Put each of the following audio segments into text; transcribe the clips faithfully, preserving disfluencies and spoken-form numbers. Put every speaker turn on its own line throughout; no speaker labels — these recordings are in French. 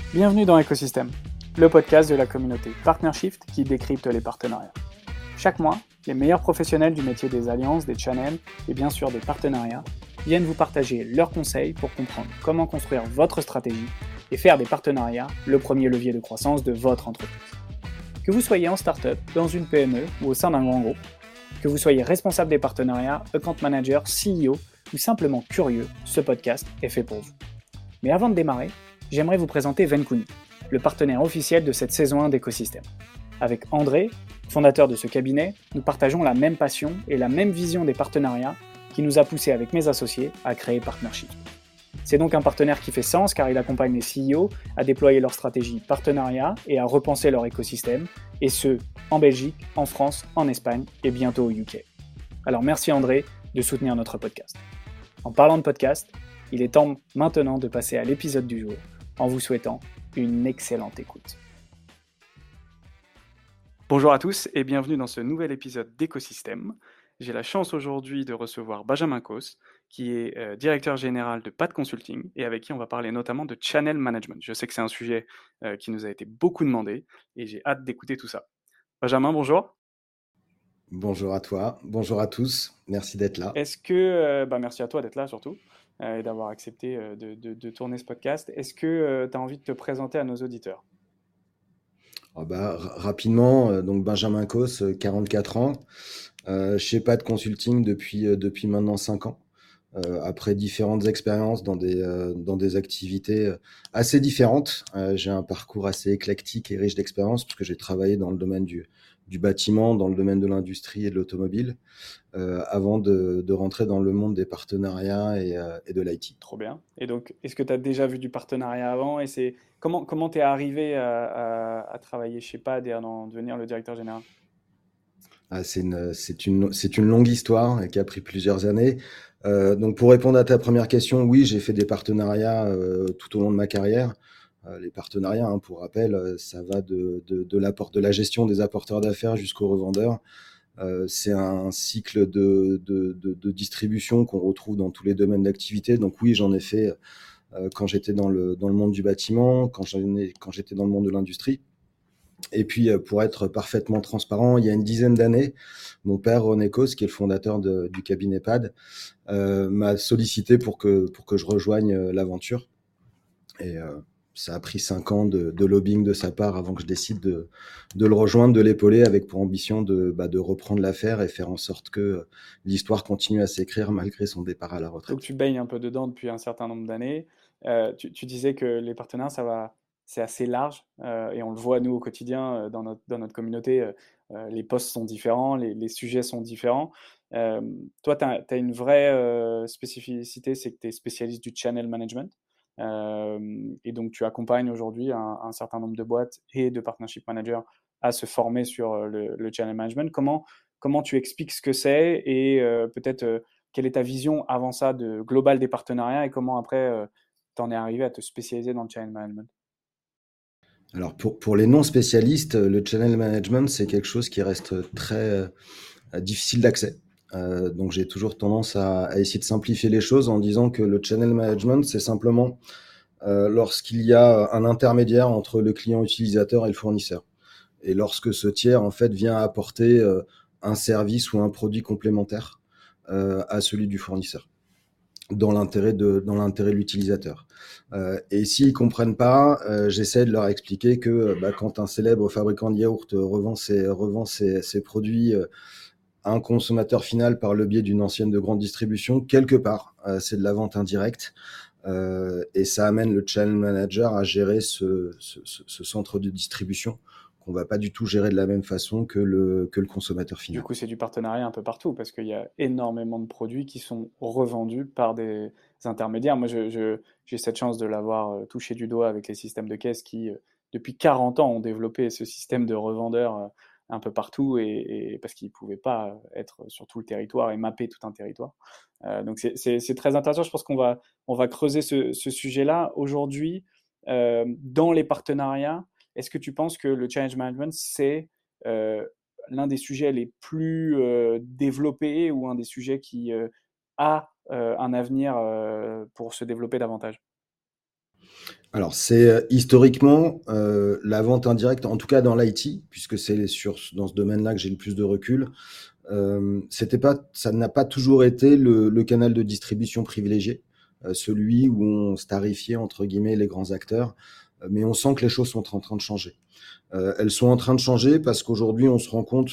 Bienvenue dans Écosystème, le podcast de la communauté PartnerShift qui décrypte les partenariats. Chaque mois, les meilleurs professionnels du métier des alliances, des channels et bien sûr des partenariats viennent vous partager leurs conseils pour comprendre comment construire votre stratégie et faire des partenariats le premier levier de croissance de votre entreprise. Que vous soyez en start-up, dans une P M E ou au sein d'un grand groupe, que vous soyez responsable des partenariats, account manager, C E O ou simplement curieux, ce podcast est fait pour vous. Mais avant de démarrer, j'aimerais vous présenter Venkuni, le partenaire officiel de cette saison un d'Écosystème. Avec André, fondateur de ce cabinet, nous partageons la même passion et la même vision des partenariats qui nous a poussé avec mes associés à créer PartnerShift. C'est donc un partenaire qui fait sens car il accompagne les C E O à déployer leur stratégie partenariat et à repenser leur écosystème, et ce, en Belgique, en France, en Espagne et bientôt au U K. Alors merci André de soutenir notre podcast. En parlant de podcast, il est temps maintenant de passer à l'épisode du jour, en vous souhaitant une excellente écoute. Bonjour à tous et bienvenue dans ce nouvel épisode d'Écosystème. J'ai la chance aujourd'hui de recevoir Benjamin Causse, qui est euh, directeur général de Pad Consulting et avec qui on va parler notamment de channel management. Je sais que c'est un sujet euh, qui nous a été beaucoup demandé et j'ai hâte d'écouter tout ça. Benjamin, bonjour.
Bonjour à toi, bonjour à tous, merci d'être là.
Est-ce que, euh, bah merci à toi d'être là surtout euh, et d'avoir accepté euh, de, de, de tourner ce podcast. Est-ce que euh, tu as envie de te présenter à nos auditeurs ?
Oh bah, r- rapidement, euh, donc Benjamin Causse, euh, quarante-quatre ans, euh, chez Pad Consulting depuis, euh, depuis maintenant cinq ans. Euh, après différentes expériences dans des, euh, dans des activités euh, assez différentes. Euh, j'ai un parcours assez éclectique et riche d'expériences puisque j'ai travaillé dans le domaine du, du bâtiment, dans le domaine de l'industrie et de l'automobile, euh, avant de, de rentrer dans le monde des partenariats et, euh, et de l'I T.
Trop bien. Et donc, est-ce que tu as déjà vu du partenariat avant et c'est comment comment t'es arrivé à, à, à travailler chez Pad et à en devenir le directeur général ?
Ah, c'est une, c'est une, c'est une longue histoire et qui a pris plusieurs années. Euh, donc, pour répondre à ta première question, oui, j'ai fait des partenariats euh, tout au long de ma carrière. Euh, les partenariats, hein, pour rappel, euh, ça va de, de, de, l'apport, de la gestion des apporteurs d'affaires jusqu'aux revendeurs. Euh, c'est un cycle de, de, de, de distribution qu'on retrouve dans tous les domaines d'activité. Donc, oui, j'en ai fait euh, quand j'étais dans le, dans le monde du bâtiment, quand, j'en ai, quand j'étais dans le monde de l'industrie. Et puis, pour être parfaitement transparent, il y a une dizaine d'années, mon père, René Causse, qui est le fondateur de, du cabinet Pad, euh, m'a sollicité pour que, pour que je rejoigne l'aventure. Et euh, ça a pris cinq ans de, de lobbying de sa part avant que je décide de, de le rejoindre, de l'épauler, avec pour ambition de, bah, de reprendre l'affaire et faire en sorte que l'histoire continue à s'écrire malgré son départ à la retraite.
Donc, tu baignes un peu dedans depuis un certain nombre d'années. Euh, tu, tu disais que les partenaires, ça va, c'est assez large euh, et on le voit nous au quotidien euh, dans notre, dans notre communauté. Euh, euh, les postes sont différents, les, les sujets sont différents. Euh, toi, tu as une vraie euh, spécificité, c'est que tu es spécialiste du channel management. Euh, et donc, tu accompagnes aujourd'hui un, un certain nombre de boîtes et de partnership managers à se former sur euh, le, le channel management. Comment, comment tu expliques ce que c'est et euh, peut-être euh, quelle est ta vision avant ça de globale des partenariats et comment après euh, tu en es arrivé à te spécialiser dans le channel management?
Alors, pour, pour les non spécialistes, le channel management, c'est quelque chose qui reste très euh, difficile d'accès. Euh, donc j'ai toujours tendance à, à essayer de simplifier les choses en disant que le channel management, c'est simplement euh, lorsqu'il y a un intermédiaire entre le client utilisateur et le fournisseur. Et lorsque ce tiers, en fait, vient apporter euh, un service ou un produit complémentaire euh, à celui du fournisseur, dans l'intérêt de, dans l'intérêt de l'utilisateur. Euh, et s'ils comprennent pas, euh, j'essaie de leur expliquer que bah, quand un célèbre fabricant de yaourt revend ses, revend ses, ses produits euh, à un consommateur final par le biais d'une ancienne de grande distribution, quelque part, euh, c'est de la vente indirecte. Euh, et ça amène le channel manager à gérer ce, ce, ce, ce centre de distribution qu'on va pas du tout gérer de la même façon que le, que le consommateur
Du
final.
coup, c'est du partenariat un peu partout parce qu'il y a énormément de produits qui sont revendus par des intermédiaires. Moi, je, je- j'ai cette chance de l'avoir euh, touché du doigt avec les systèmes de caisse qui, euh, depuis quarante ans, ont développé ce système de revendeurs euh, un peu partout et, et parce qu'ils ne pouvaient pas être sur tout le territoire et mapper tout un territoire. Euh, donc, c'est c'est- c'est très intéressant. Je pense qu'on va, on va creuser ce, ce sujet-là. Aujourd'hui, euh, dans les partenariats, est-ce que tu penses que le challenge management, c'est euh, l'un des sujets les plus euh, développés ou un des sujets qui euh, a euh, un avenir euh, pour se développer davantage?
Alors, c'est euh, historiquement euh, la vente indirecte, en tout cas dans l'I T, puisque c'est sur, dans ce domaine-là que j'ai le plus de recul. Euh, c'était pas, ça n'a pas toujours été le, le canal de distribution privilégié, euh, celui où on starifiait entre guillemets les grands acteurs. Euh, mais on sent que les choses sont en train de changer. Euh, elles sont en train de changer parce qu'aujourd'hui, on se rend compte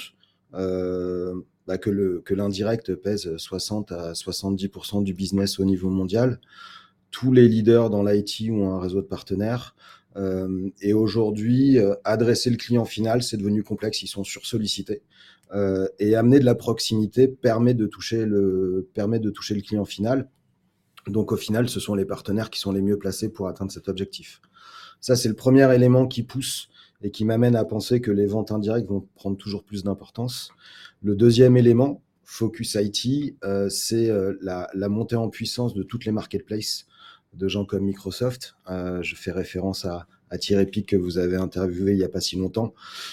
euh, bah, que, le, que l'indirect pèse soixante à soixante-dix pour cent du business au niveau mondial. Tous les leaders dans l'I T ont un réseau de partenaires. Euh, et aujourd'hui, euh, adresser le client final, c'est devenu complexe, ils sont sursollicités. Euh, et amener de la proximité permet de toucher le, permet de toucher le client final. Donc au final, ce sont les partenaires qui sont les mieux placés pour atteindre cet objectif. Ça, c'est le premier élément qui pousse et qui m'amène à penser que les ventes indirectes vont prendre toujours plus d'importance. Le deuxième élément, Focus I T, euh, c'est euh, la, la montée en puissance de toutes les marketplaces de gens comme Microsoft. Euh, je fais référence à, à Thierry Pic que vous avez interviewé il n'y a pas si longtemps.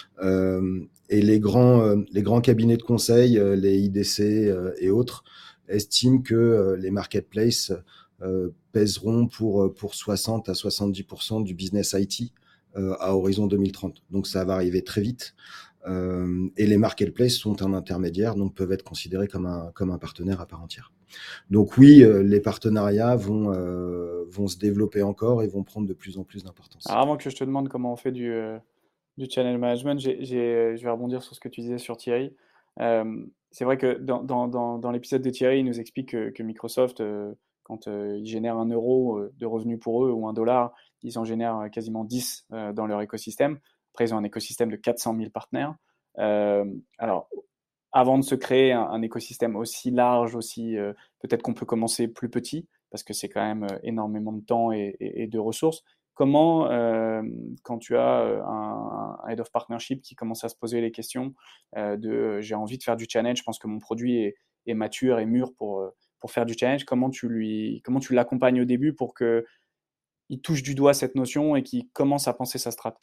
Euh, et les grands, euh, les grands cabinets de conseil, euh, les I D C euh, et autres, estiment que euh, les marketplaces euh, pèseront pour, pour soixante à soixante-dix pour cent du business I T euh, à horizon deux mille trente. Donc ça va arriver très vite. Euh, et les marketplaces sont un intermédiaire, donc peuvent être considérés comme un, comme un partenaire à part entière. Donc oui, euh, les partenariats vont, euh, vont se développer encore et vont prendre de plus en plus d'importance.
Alors avant que je te demande comment on fait du, euh, du channel management, j'ai, j'ai- je vais rebondir sur ce que tu disais sur Thierry. Euh, c'est vrai que dans, dans, dans, dans l'épisode de Thierry, il nous explique que, que Microsoft, euh, quand euh, ils génèrent un euro euh, de revenus pour eux ou un dollar, ils en génèrent euh, quasiment dix euh, dans leur écosystème. Après, ils ont un écosystème de quatre cent mille partenaires. Euh, alors, avant de se créer un, un écosystème aussi large, aussi, euh, peut-être qu'on peut commencer plus petit, parce que c'est quand même euh, énormément de temps et, et- et de ressources. Comment, euh, quand tu as euh, un, un head of partnership qui commence à se poser les questions euh, de euh, j'ai envie de faire du challenge, je pense que mon produit est, est mature et mûr pour, euh, pour faire du challenge, comment tu lui, comment tu l'accompagnes au début pour que il touche du doigt cette notion et qu'il commence à penser sa strat?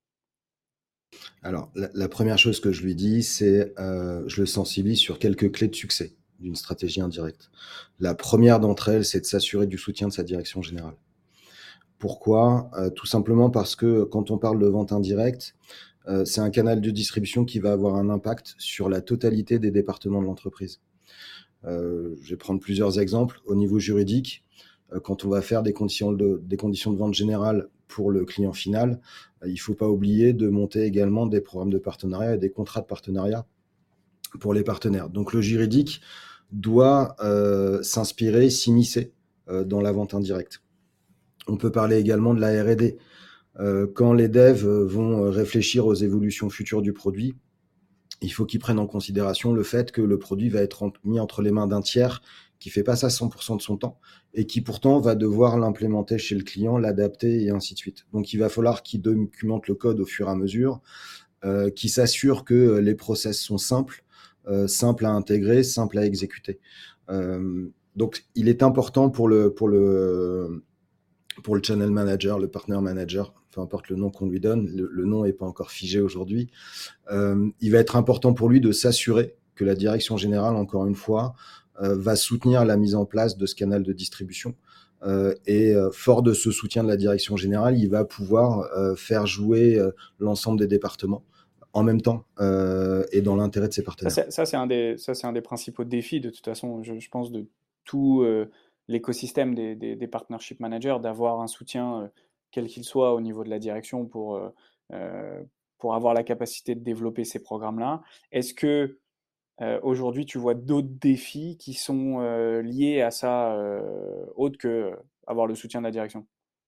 Alors, la, la première chose que je lui dis, c'est euh, je le sensibilise sur quelques clés de succès d'une stratégie indirecte. La première d'entre elles, c'est de s'assurer du soutien de sa direction générale. Pourquoi? Euh, Tout simplement parce que quand on parle de vente indirecte, euh, c'est un canal de distribution qui va avoir un impact sur la totalité des départements de l'entreprise. Euh, je vais prendre plusieurs exemples. Au niveau juridique, euh, quand on va faire des conditions de, des conditions de vente générales pour le client final, euh, il ne faut pas oublier de monter également des programmes de partenariat et des contrats de partenariat pour les partenaires. Donc le juridique doit euh, s'inspirer, s'immiscer euh, dans la vente indirecte. On peut parler également de la R et D. Euh, quand les devs vont réfléchir aux évolutions futures du produit, il faut qu'ils prennent en considération le fait que le produit va être mis entre les mains d'un tiers qui fait pas ça cent pour cent de son temps et qui pourtant va devoir l'implémenter chez le client, l'adapter et ainsi de suite. Donc il va falloir qu'il documente le code au fur et à mesure, euh, qu'il s'assure que les process sont simples, euh, simples à intégrer, simples à exécuter. Euh, donc il est important pour le, pour le, pour le channel manager, le partner manager, peu importe le nom qu'on lui donne, le, le nom n'est pas encore figé aujourd'hui, euh, il va être important pour lui de s'assurer que la direction générale, encore une fois, euh, va soutenir la mise en place de ce canal de distribution. Euh, et euh, fort de ce soutien de la direction générale, il va pouvoir euh, faire jouer euh, l'ensemble des départements en même temps euh, et dans l'intérêt de ses
Ça,
partenaires.
c'est ça, c'est un des, ça, c'est un des principaux défis, de toute façon, je, je pense, de tout euh, l'écosystème des, des, des partnership managers, d'avoir un soutien, euh, quel qu'il soit, au niveau de la direction pour, euh, euh, pour avoir la capacité de développer ces programmes-là. Est-ce que euh, aujourd'hui, tu vois d'autres défis qui sont euh, liés à ça, euh, autres que euh, avoir le soutien de la direction?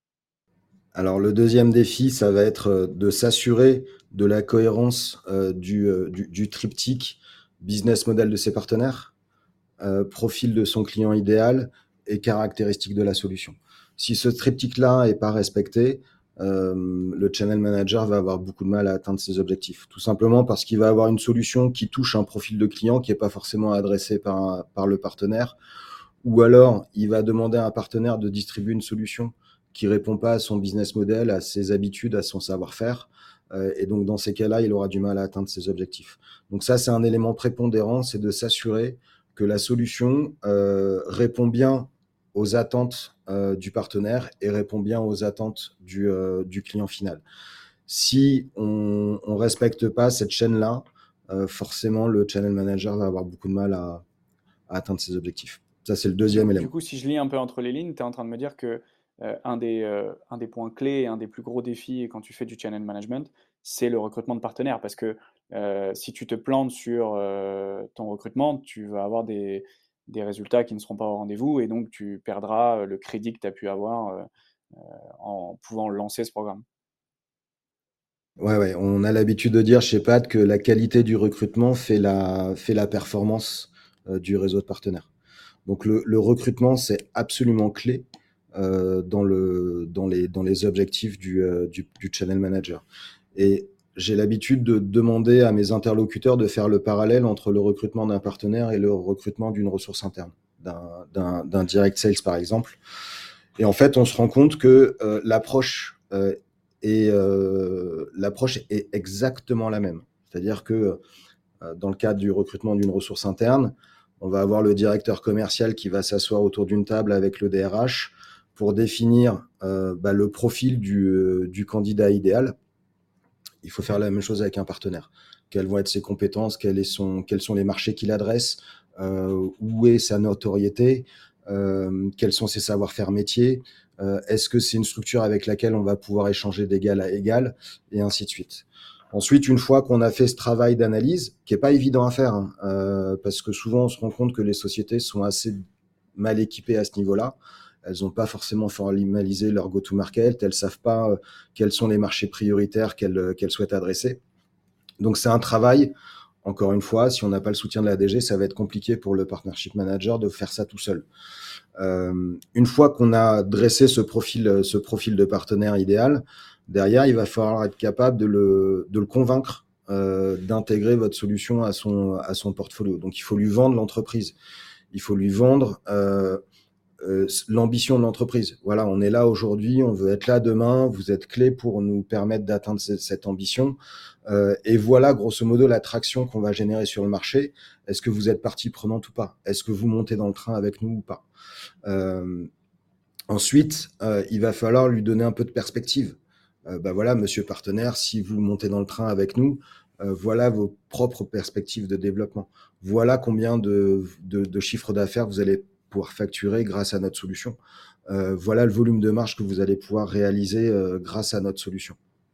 Alors le deuxième défi, ça va être euh, de s'assurer de la cohérence euh, du, euh, du, du triptyque business model de ses partenaires, euh, profil de son client idéal et caractéristiques de la solution. Si ce triptyque-là n'est pas respecté, euh, le channel manager va avoir beaucoup de mal à atteindre ses objectifs. Tout simplement parce qu'il va avoir une solution qui touche un profil de client qui n'est pas forcément adressé par, un, par le partenaire, ou alors il va demander à un partenaire de distribuer une solution qui ne répond pas à son business model, à ses habitudes, à son savoir-faire. Euh, et donc, dans ces cas-là, il aura du mal à atteindre ses objectifs. Donc ça, c'est un élément prépondérant, c'est de s'assurer que la solution euh, répond bien aux attentes euh, du partenaire et répond bien aux attentes du, euh, du client final. Si on ne respecte pas cette chaîne-là, euh, forcément, le channel manager va avoir beaucoup de mal à, à atteindre ses objectifs. Ça, c'est le
Du,
deuxième
du
élément.
coup, si je lis un peu entre les lignes, tu es en train de me dire que euh, un des, euh, un des points clés, un des plus gros défis quand tu fais du channel management, c'est le recrutement de partenaires. Parce que euh, si tu te plantes sur euh, ton recrutement, tu vas avoir des, des résultats qui ne seront pas au rendez-vous et donc tu perdras euh, le crédit que tu as pu avoir euh, en pouvant lancer ce programme.
Ouais, ouais, on a l'habitude de dire chez Pat que la qualité du recrutement fait la, fait la performance euh, du réseau de partenaires. Donc le, le recrutement, c'est absolument clé euh, dans, le, dans, les, dans les objectifs du, euh, du, du channel manager. Et j'ai l'habitude de demander à mes interlocuteurs de faire le parallèle entre le recrutement d'un partenaire et le recrutement d'une ressource interne, d'un, d'un, d'un direct sales par exemple. Et en fait, on se rend compte que euh, l'approche euh, est, euh, l'approche est exactement la même. C'est-à-dire que euh, dans le cadre du recrutement d'une ressource interne, on va avoir le directeur commercial qui va s'asseoir autour d'une table avec le D R H pour définir euh, bah, le profil du, euh, du candidat idéal. Il faut faire la même chose avec un partenaire. Quelles vont être ses compétences, quels, est son, quels sont les marchés qu'il adresse, euh, où est sa notoriété, euh, quels sont ses savoir-faire métiers, euh, est-ce que c'est une structure avec laquelle on va pouvoir échanger d'égal à égal, et ainsi de suite. Ensuite, une fois qu'on a fait ce travail d'analyse, qui est pas évident à faire, hein, euh, parce que souvent on se rend compte que les sociétés sont assez mal équipées à ce niveau-là. Elles n'ont pas forcément formalisé leur go-to-market, elles savent pas euh, quels sont les marchés prioritaires qu'elles euh, qu'elles souhaitent adresser. Donc c'est un travail, encore une fois, si on n'a pas le soutien de la D G, ça va être compliqué pour le partnership manager de faire ça tout seul. Euh, une fois qu'on a dressé ce profil, ce profil de partenaire idéal, derrière, il va falloir être capable de le, de le convaincre euh, d'intégrer votre solution à son, à son portfolio. Donc il faut lui vendre l'entreprise. Il faut lui vendre euh, euh, l'ambition de l'entreprise. Voilà, on est là aujourd'hui, on veut être là demain, vous êtes clé pour nous permettre d'atteindre cette ambition. Euh, et voilà, grosso modo, l'attraction qu'on va générer sur le marché. Est-ce que vous êtes partie prenante ou pas? Est-ce que vous montez dans le train avec nous ou pas? euh, Ensuite, euh, il va falloir lui donner un peu de perspective. Euh, bah voilà, monsieur partenaire, si vous montez dans le train avec nous, euh, voilà vos propres perspectives de développement. Voilà combien de, de, de chiffres d'affaires vous allez pouvoir facturer grâce à notre solution. Euh, voilà le volume de marge que vous allez pouvoir réaliser euh, grâce à notre solution.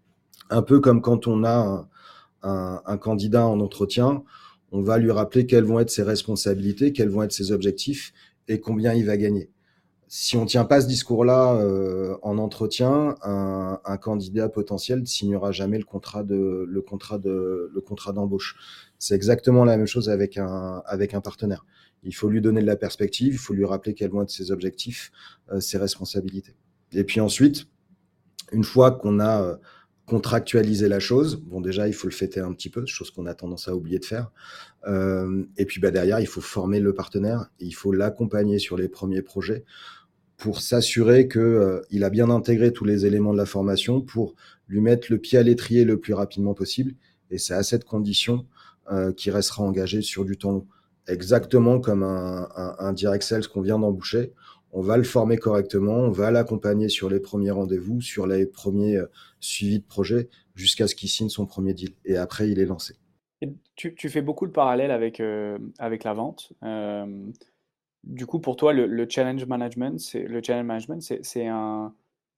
Un peu comme quand on a un, un, un candidat en entretien, on va lui rappeler quelles vont être ses responsabilités, quels vont être ses objectifs et combien il va gagner. Si on ne tient pas ce discours-là euh, en entretien, un, un candidat potentiel ne signera jamais le contrat de le contrat de le contrat d'embauche. C'est exactement la même chose avec un avec un partenaire. Il faut lui donner de la perspective, il faut lui rappeler quels vont être ses objectifs, euh, ses responsabilités. Et puis ensuite, une fois qu'on a euh, contractualisé la chose, bon déjà il faut le fêter un petit peu, chose qu'on a tendance à oublier de faire. Euh, et puis bah derrière il faut former le partenaire, et il faut l'accompagner sur les premiers projets pour s'assurer qu'il euh, a bien intégré tous les éléments de la formation pour lui mettre le pied à l'étrier le plus rapidement possible. Et c'est à cette condition euh, qu'il restera engagé sur du temps long. Exactement comme un, un, un direct sales qu'on vient d'embaucher. On va le former correctement, on va l'accompagner sur les premiers rendez-vous, sur les premiers euh, suivis de projet, jusqu'à ce qu'il signe son premier deal. Et après, il est lancé.
Et tu, tu fais beaucoup le parallèle avec, euh, avec la vente. Euh, du coup, pour toi, le, le challenge management, c'est le challenge management, c'est c'est un,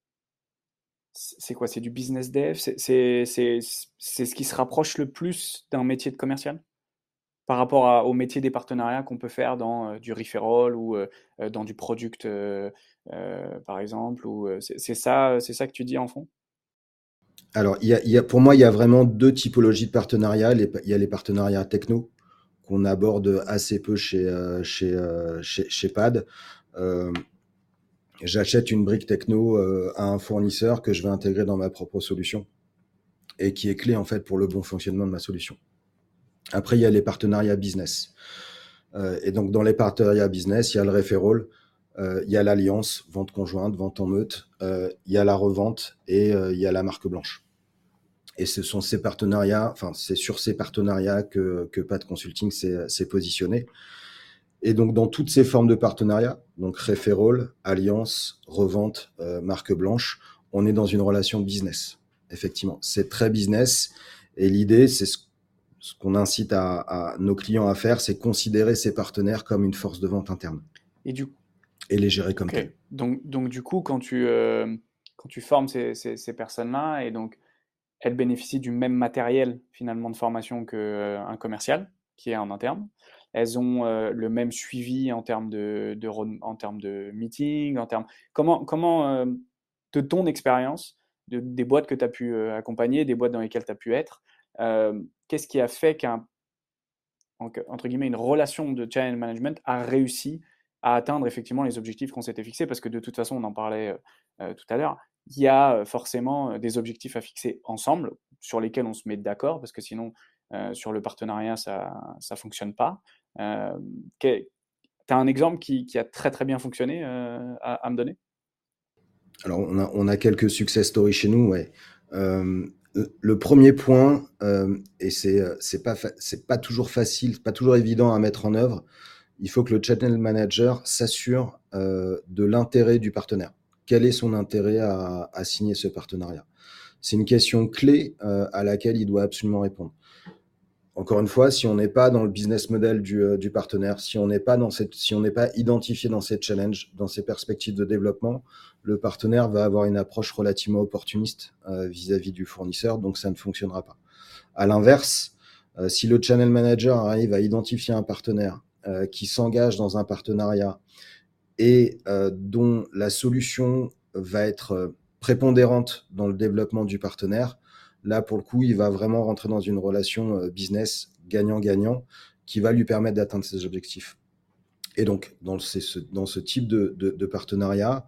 c'est quoi? C'est du business dev? C'est c'est- c'est- c'est ce qui se rapproche le plus d'un métier de commercial par rapport à- au métier des partenariats qu'on peut faire dans euh, du referral ou euh, euh, dans du product, euh, euh, par exemple. Ou euh, c'est c'est ça, c'est ça que tu dis en fond?
Alors, il y a, il y a, pour moi, il y a vraiment deux typologies de partenariats. Les- il y a les partenariats techno, qu'on aborde assez peu chez, euh, chez, euh, chez, chez Pad. Euh, J'achète une brique techno euh, à un fournisseur que je vais intégrer dans ma propre solution et qui est clé en fait pour le bon fonctionnement de ma solution. Après, il y a les partenariats business. Euh, et donc, dans les partenariats business, il y a le referral, euh, il y a l'alliance, vente conjointe, vente en meute, euh, il y a la revente et euh, il y a la marque blanche. Et ce sont ces partenariats, enfin, c'est sur ces partenariats que, que Pad Consulting s'est positionné. Et donc, dans toutes ces formes de partenariat, donc referral, alliance, revente, euh, marque blanche, on est dans une relation business. Effectivement, c'est très business. Et l'idée, c'est ce, ce qu'on incite à, à nos clients à faire, c'est considérer ces partenaires comme une force de vente interne
Et du
et les gérer comme
OK.
tels.
Donc, donc du coup, quand tu, euh, quand tu formes ces, ces, ces personnes-là, et donc elles bénéficient du même matériel finalement de formation qu'un commercial qui est en interne, elles ont euh, le même suivi en termes de, de, re- en termes de meeting, en termes... Comment, comment euh, de ton expérience, de, des boîtes que tu as pu euh, accompagner, des boîtes dans lesquelles tu as pu être, euh, qu'est-ce qui a fait qu'un en- entre guillemets, une relation de channel management a réussi à atteindre effectivement les objectifs qu'on s'était fixés, parce que de toute façon, on en parlait euh, euh, tout à l'heure, il y a euh, forcément euh, des objectifs à fixer ensemble, sur lesquels on se met d'accord, parce que sinon, euh, sur le partenariat, ça ne fonctionne pas. Euh, tu as un exemple qui, qui a très très bien fonctionné euh, à, à me donner?
Alors, on a, on a quelques success stories chez nous, ouais. Euh, le le premier point, euh, et c'est euh, c'est pas fa- c'est pas toujours facile, pas toujours évident à mettre en œuvre. Il faut que le channel manager s'assure euh, de l'intérêt du partenaire. Quel est son intérêt à, à signer ce partenariat? C'est une question clé euh, à laquelle il doit absolument répondre. Encore une fois, si on n'est pas dans le business model du, euh, du partenaire, si on n'est pas dans cette, si on n'est pas identifié dans ces challenges, dans ces perspectives de développement, le partenaire va avoir une approche relativement opportuniste euh, vis-à-vis du fournisseur, donc ça ne fonctionnera pas. À l'inverse, euh, si le channel manager arrive à identifier un partenaire euh, qui s'engage dans un partenariat et euh, dont la solution va être euh, prépondérante dans le développement du partenaire, là, pour le coup, il va vraiment rentrer dans une relation euh, business gagnant-gagnant qui va lui permettre d'atteindre ses objectifs. Et donc, dans ce, dans ce type de, de, de partenariat,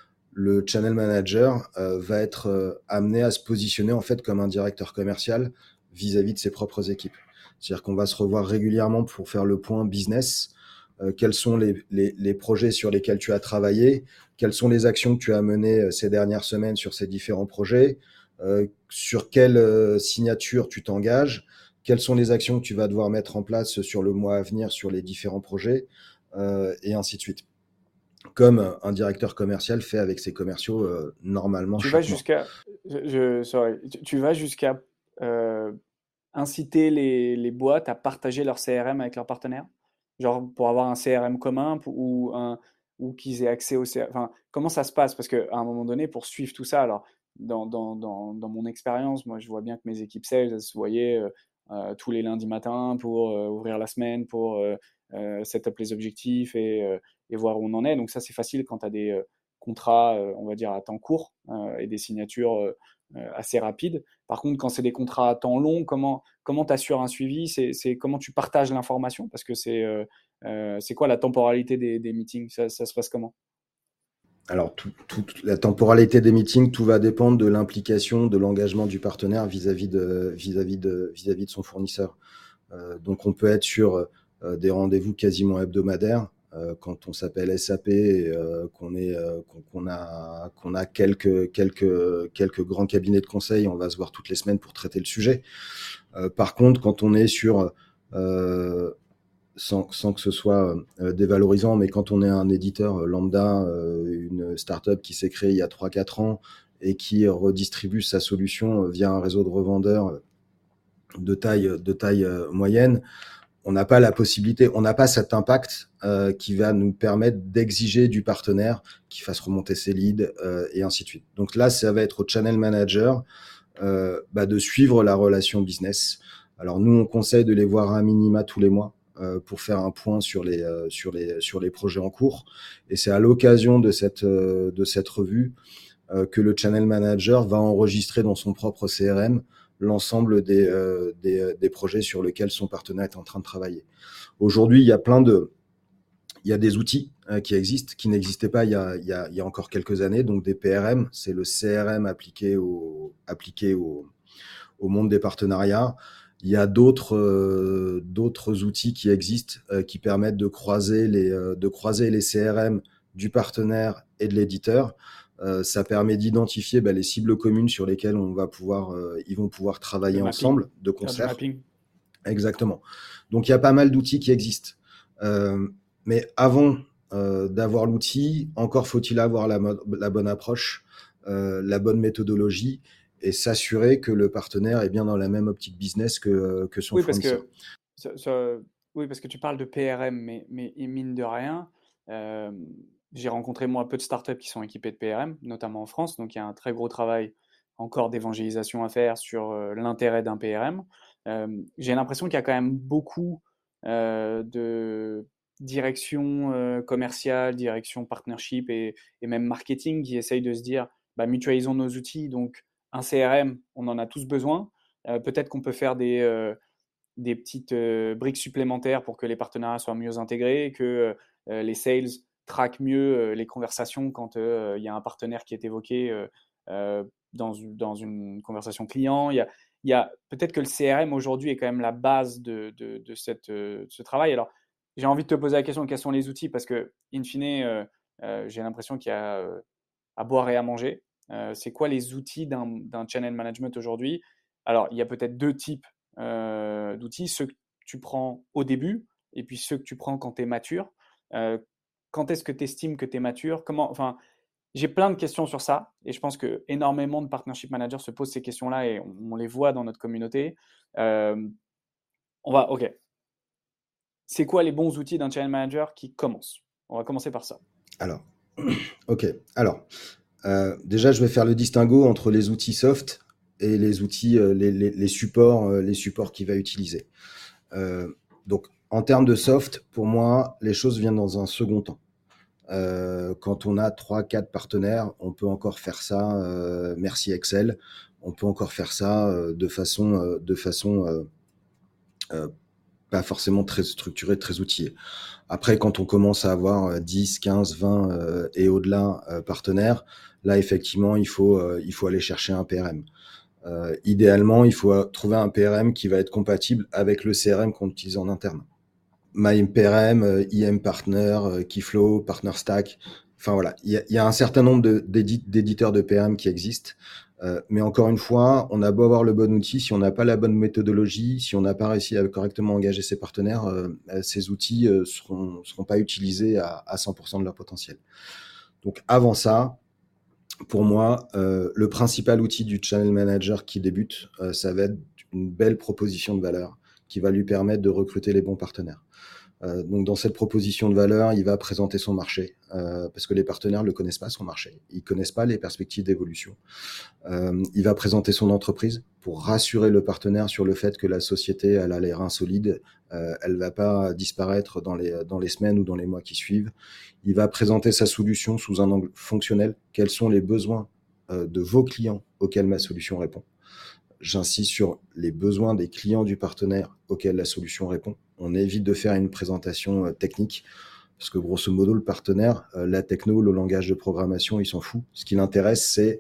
le channel manager euh, va être euh, amené à se positionner en fait comme un directeur commercial vis-à-vis de ses propres équipes. C'est-à-dire qu'on va se revoir régulièrement pour faire le point business. Euh, quels sont les, les, les projets sur lesquels tu as travaillé? Quelles sont les actions que tu as menées euh, ces dernières semaines sur ces différents projets? Euh, sur quelle euh, signature tu t'engages? Quelles sont les actions que tu vas devoir mettre en place sur le mois à venir sur les différents projets? Euh, et ainsi de suite, comme un directeur commercial fait avec ses commerciaux euh, normalement
Tu vas
chaque mois.
jusqu'à, je, je- sorry, tu, tu vas jusqu'à euh, inciter les, les boîtes à partager leur C R M avec leurs partenaires? Genre pour avoir un C R M commun pour- ou, un, ou qu'ils aient accès au C R M. Enfin, comment ça se passe? Parce qu'à un moment donné, pour suivre tout ça, alors dans, dans, dans, dans mon expérience, moi je vois bien que mes équipes sales, elles se voyaient euh, euh, tous les lundis matins pour euh, ouvrir la semaine, pour euh, euh, set up les objectifs et, euh, et voir où on en est. Donc ça, c'est facile quand tu as des euh, contrats, euh, on va dire, à temps court euh, et des signatures euh, euh, assez rapides. Par contre, quand c'est des contrats à temps long, comment comment tu assures un suivi? C'est, c'est comment tu partages l'information? Parce que c'est euh, euh, c'est quoi la temporalité des, des meetings? Ça, ça se passe comment?
Alors, tout, tout, la temporalité des meetings, tout va dépendre de l'implication, de l'engagement du partenaire vis-à-vis de, vis-à-vis de, vis-à-vis de son fournisseur. Euh, donc, on peut être sur euh, des rendez-vous quasiment hebdomadaires euh, quand on s'appelle S A P et euh, qu'on est, euh, qu'on, qu'on a, qu'on a quelques, quelques, quelques grands cabinets de conseil. On va se voir toutes les semaines pour traiter le sujet. Euh, par contre, quand on est sur euh, sans, sans que ce soit euh, dévalorisant, mais quand on est un éditeur lambda, euh, une startup qui s'est créée il y a trois quatre ans et qui redistribue sa solution via un réseau de revendeurs de taille, de taille euh, moyenne, on n'a pas la possibilité, on n'a pas cet impact euh, qui va nous permettre d'exiger du partenaire qu'il fasse remonter ses leads euh, et ainsi de suite. Donc là, ça va être au channel manager euh, bah, de suivre la relation business. Alors nous, on conseille de les voir à minima tous les mois euh, pour faire un point sur les, euh, sur les, sur les projets en cours. Et c'est à l'occasion de cette, euh, de cette revue euh, que le channel manager va enregistrer dans son propre C R M l'ensemble des, euh, des, des projets sur lesquels son partenaire est en train de travailler. Aujourd'hui, il y a plein de, il y a des outils euh, qui existent, qui n'existaient pas il y, a, il, y a, il y a encore quelques années. Donc des P R M, c'est le C R M appliqué au, appliqué au, au monde des partenariats. Il y a d'autres euh, d'autres outils qui existent euh, qui permettent de croiser les euh, de croiser les C R M du partenaire et de l'éditeur. Euh, ça permet d'identifier bah, les cibles communes sur lesquelles on va pouvoir euh, ils vont pouvoir
Le
travailler
mapping,
ensemble de
faire du
concert.
mapping.
Exactement. Donc il y a pas mal d'outils qui existent. Euh, mais avant euh, d'avoir l'outil, encore faut-il avoir la, mo- la bonne approche, euh, la bonne méthodologie et s'assurer que le partenaire est bien dans la même optique business que, que son
Oui, parce
fournisseur.
que, ça- ça- oui, parce que tu parles de P R M, mais, mais mine de rien, euh, j'ai rencontré moi peu de startups qui sont équipées de P R M, notamment en France, donc il y a un très gros travail encore d'évangélisation à faire sur euh, l'intérêt d'un P R M. Euh, j'ai l'impression qu'il y a quand même beaucoup euh, de direction euh, commerciale, direction partnership et, et même marketing qui essayent de se dire, bah, mutualisons nos outils, donc un C R M, on en a tous besoin. Euh, peut-être qu'on peut faire des, euh, des petites euh, briques supplémentaires pour que les partenariats soient mieux intégrés, que euh, les sales traquent mieux euh, les conversations quand euh, il y a un partenaire qui est évoqué euh, euh, dans, dans une conversation client. Il y a, il y a peut-être que le C R M aujourd'hui est quand même la base de, de, de cette, euh, de ce travail. Alors, j'ai envie de te poser la question quels sont les outils parce que, in fine, euh, euh, j'ai l'impression qu'il y a euh, à boire et à manger. Euh, c'est quoi les outils d'un, d'un channel management aujourd'hui? Alors, il y a peut-être deux types euh, d'outils, ceux que tu prends au début et puis ceux que tu prends quand tu es mature. Euh, quand est-ce que tu estimes que tu es mature? Comment, enfin, j'ai plein de questions sur ça et je pense que énormément de partnership managers se posent ces questions-là et on, on les voit dans notre communauté. Euh, on va, ok. C'est quoi les bons outils d'un channel manager qui commence? On va commencer par ça.
Alors, ok. Alors, euh, déjà, je vais faire le distinguo entre les outils soft et les outils, euh, les, les, les supports, euh, les supports qu'il va utiliser. Euh, donc, en termes de soft, pour moi, les choses viennent dans un second temps. Euh, quand on a trois, quatre partenaires, on peut encore faire ça. Euh, merci Excel. On peut encore faire ça euh, de façon, euh, de façon euh, euh, pas forcément très structurée, très outillée. Après, quand on commence à avoir dix, quinze, vingt euh, et au-delà euh, partenaires, là, effectivement, il faut, euh, il faut aller chercher un P R M. Euh, idéalement, il faut trouver un P R M qui va être compatible avec le C R M qu'on utilise en interne. MyPRM, euh, I M Partner, euh, Keyflow, PartnerStack. Enfin voilà, il y a, il y a un certain nombre de- d'édit- d'éditeurs de P R M qui existent. Euh, mais encore une fois, on a beau avoir le bon outil, si on n'a pas la bonne méthodologie, si on n'a pas réussi à correctement engager ses partenaires, euh, euh, ces outils euh, seront, seront pas utilisés à, à cent pour cent de leur potentiel. Donc avant ça, pour moi, euh, le principal outil du channel manager qui débute, euh, ça va être une belle proposition de valeur qui va lui permettre de recruter les bons partenaires. Euh, donc dans cette proposition de valeur, il va présenter son marché euh, parce que les partenaires ne connaissent pas son marché, ils connaissent pas les perspectives d'évolution. Euh, il va présenter son entreprise pour rassurer le partenaire sur le fait que la société elle a les reins solides, euh, elle va pas disparaître dans les dans les semaines ou dans les mois qui suivent. Il va présenter sa solution sous un angle fonctionnel. Quels sont les besoins euh, de vos clients auxquels ma solution répond? J'insiste sur les besoins des clients du partenaire auxquels la solution répond. On évite de faire une présentation euh, technique parce que grosso modo, le partenaire, euh, la techno, le langage de programmation, il s'en fout. Ce qui l'intéresse, c'est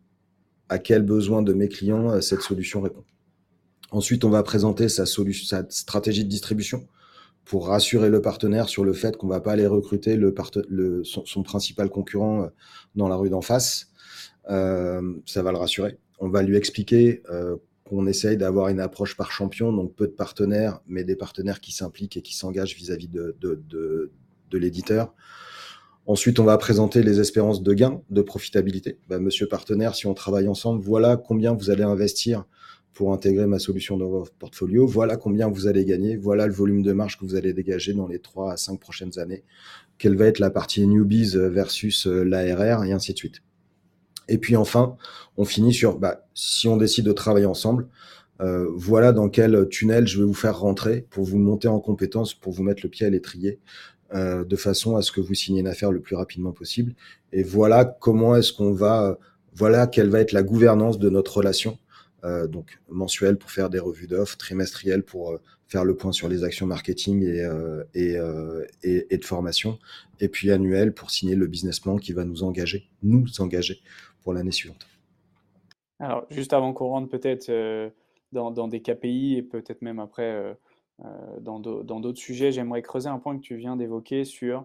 à quel besoin de mes clients euh, cette solution répond. Ensuite, on va présenter sa, solution, sa stratégie de distribution pour rassurer le partenaire sur le fait qu'on ne va pas aller recruter le parte- le, son, son principal concurrent euh, dans la rue d'en face. Euh, ça va le rassurer. On va lui expliquer euh, qu'on essaye d'avoir une approche par champion, donc peu de partenaires, mais des partenaires qui s'impliquent et qui s'engagent vis-à-vis de, de, de, de l'éditeur. Ensuite, on va présenter les espérances de gain, de profitabilité. Bah, monsieur partenaire, si on travaille ensemble, voilà combien vous allez investir pour intégrer ma solution dans votre portfolio. Voilà combien vous allez gagner. Voilà le volume de marge que vous allez dégager dans les trois à cinq prochaines années. Quelle va être la partie newbies versus l'A R R et ainsi de suite. Et puis enfin, on finit sur, bah, si on décide de travailler ensemble, euh, voilà dans quel tunnel je vais vous faire rentrer pour vous monter en compétence, pour vous mettre le pied à l'étrier, euh, de façon à ce que vous signiez une affaire le plus rapidement possible. Et voilà comment est-ce qu'on va, voilà quelle va être la gouvernance de notre relation, euh, donc mensuelle pour faire des revues d'offres, trimestrielle pour euh, faire le point sur les actions marketing et, euh, et, euh, et, et de formation, et puis annuelle pour signer le business plan qui va nous engager, nous engager pour l'année suivante.
Alors, juste avant qu'on rentre peut-être euh, dans, dans des K P I et peut-être même après euh, euh, dans d'au- dans d'autres sujets, j'aimerais creuser un point que tu viens d'évoquer sur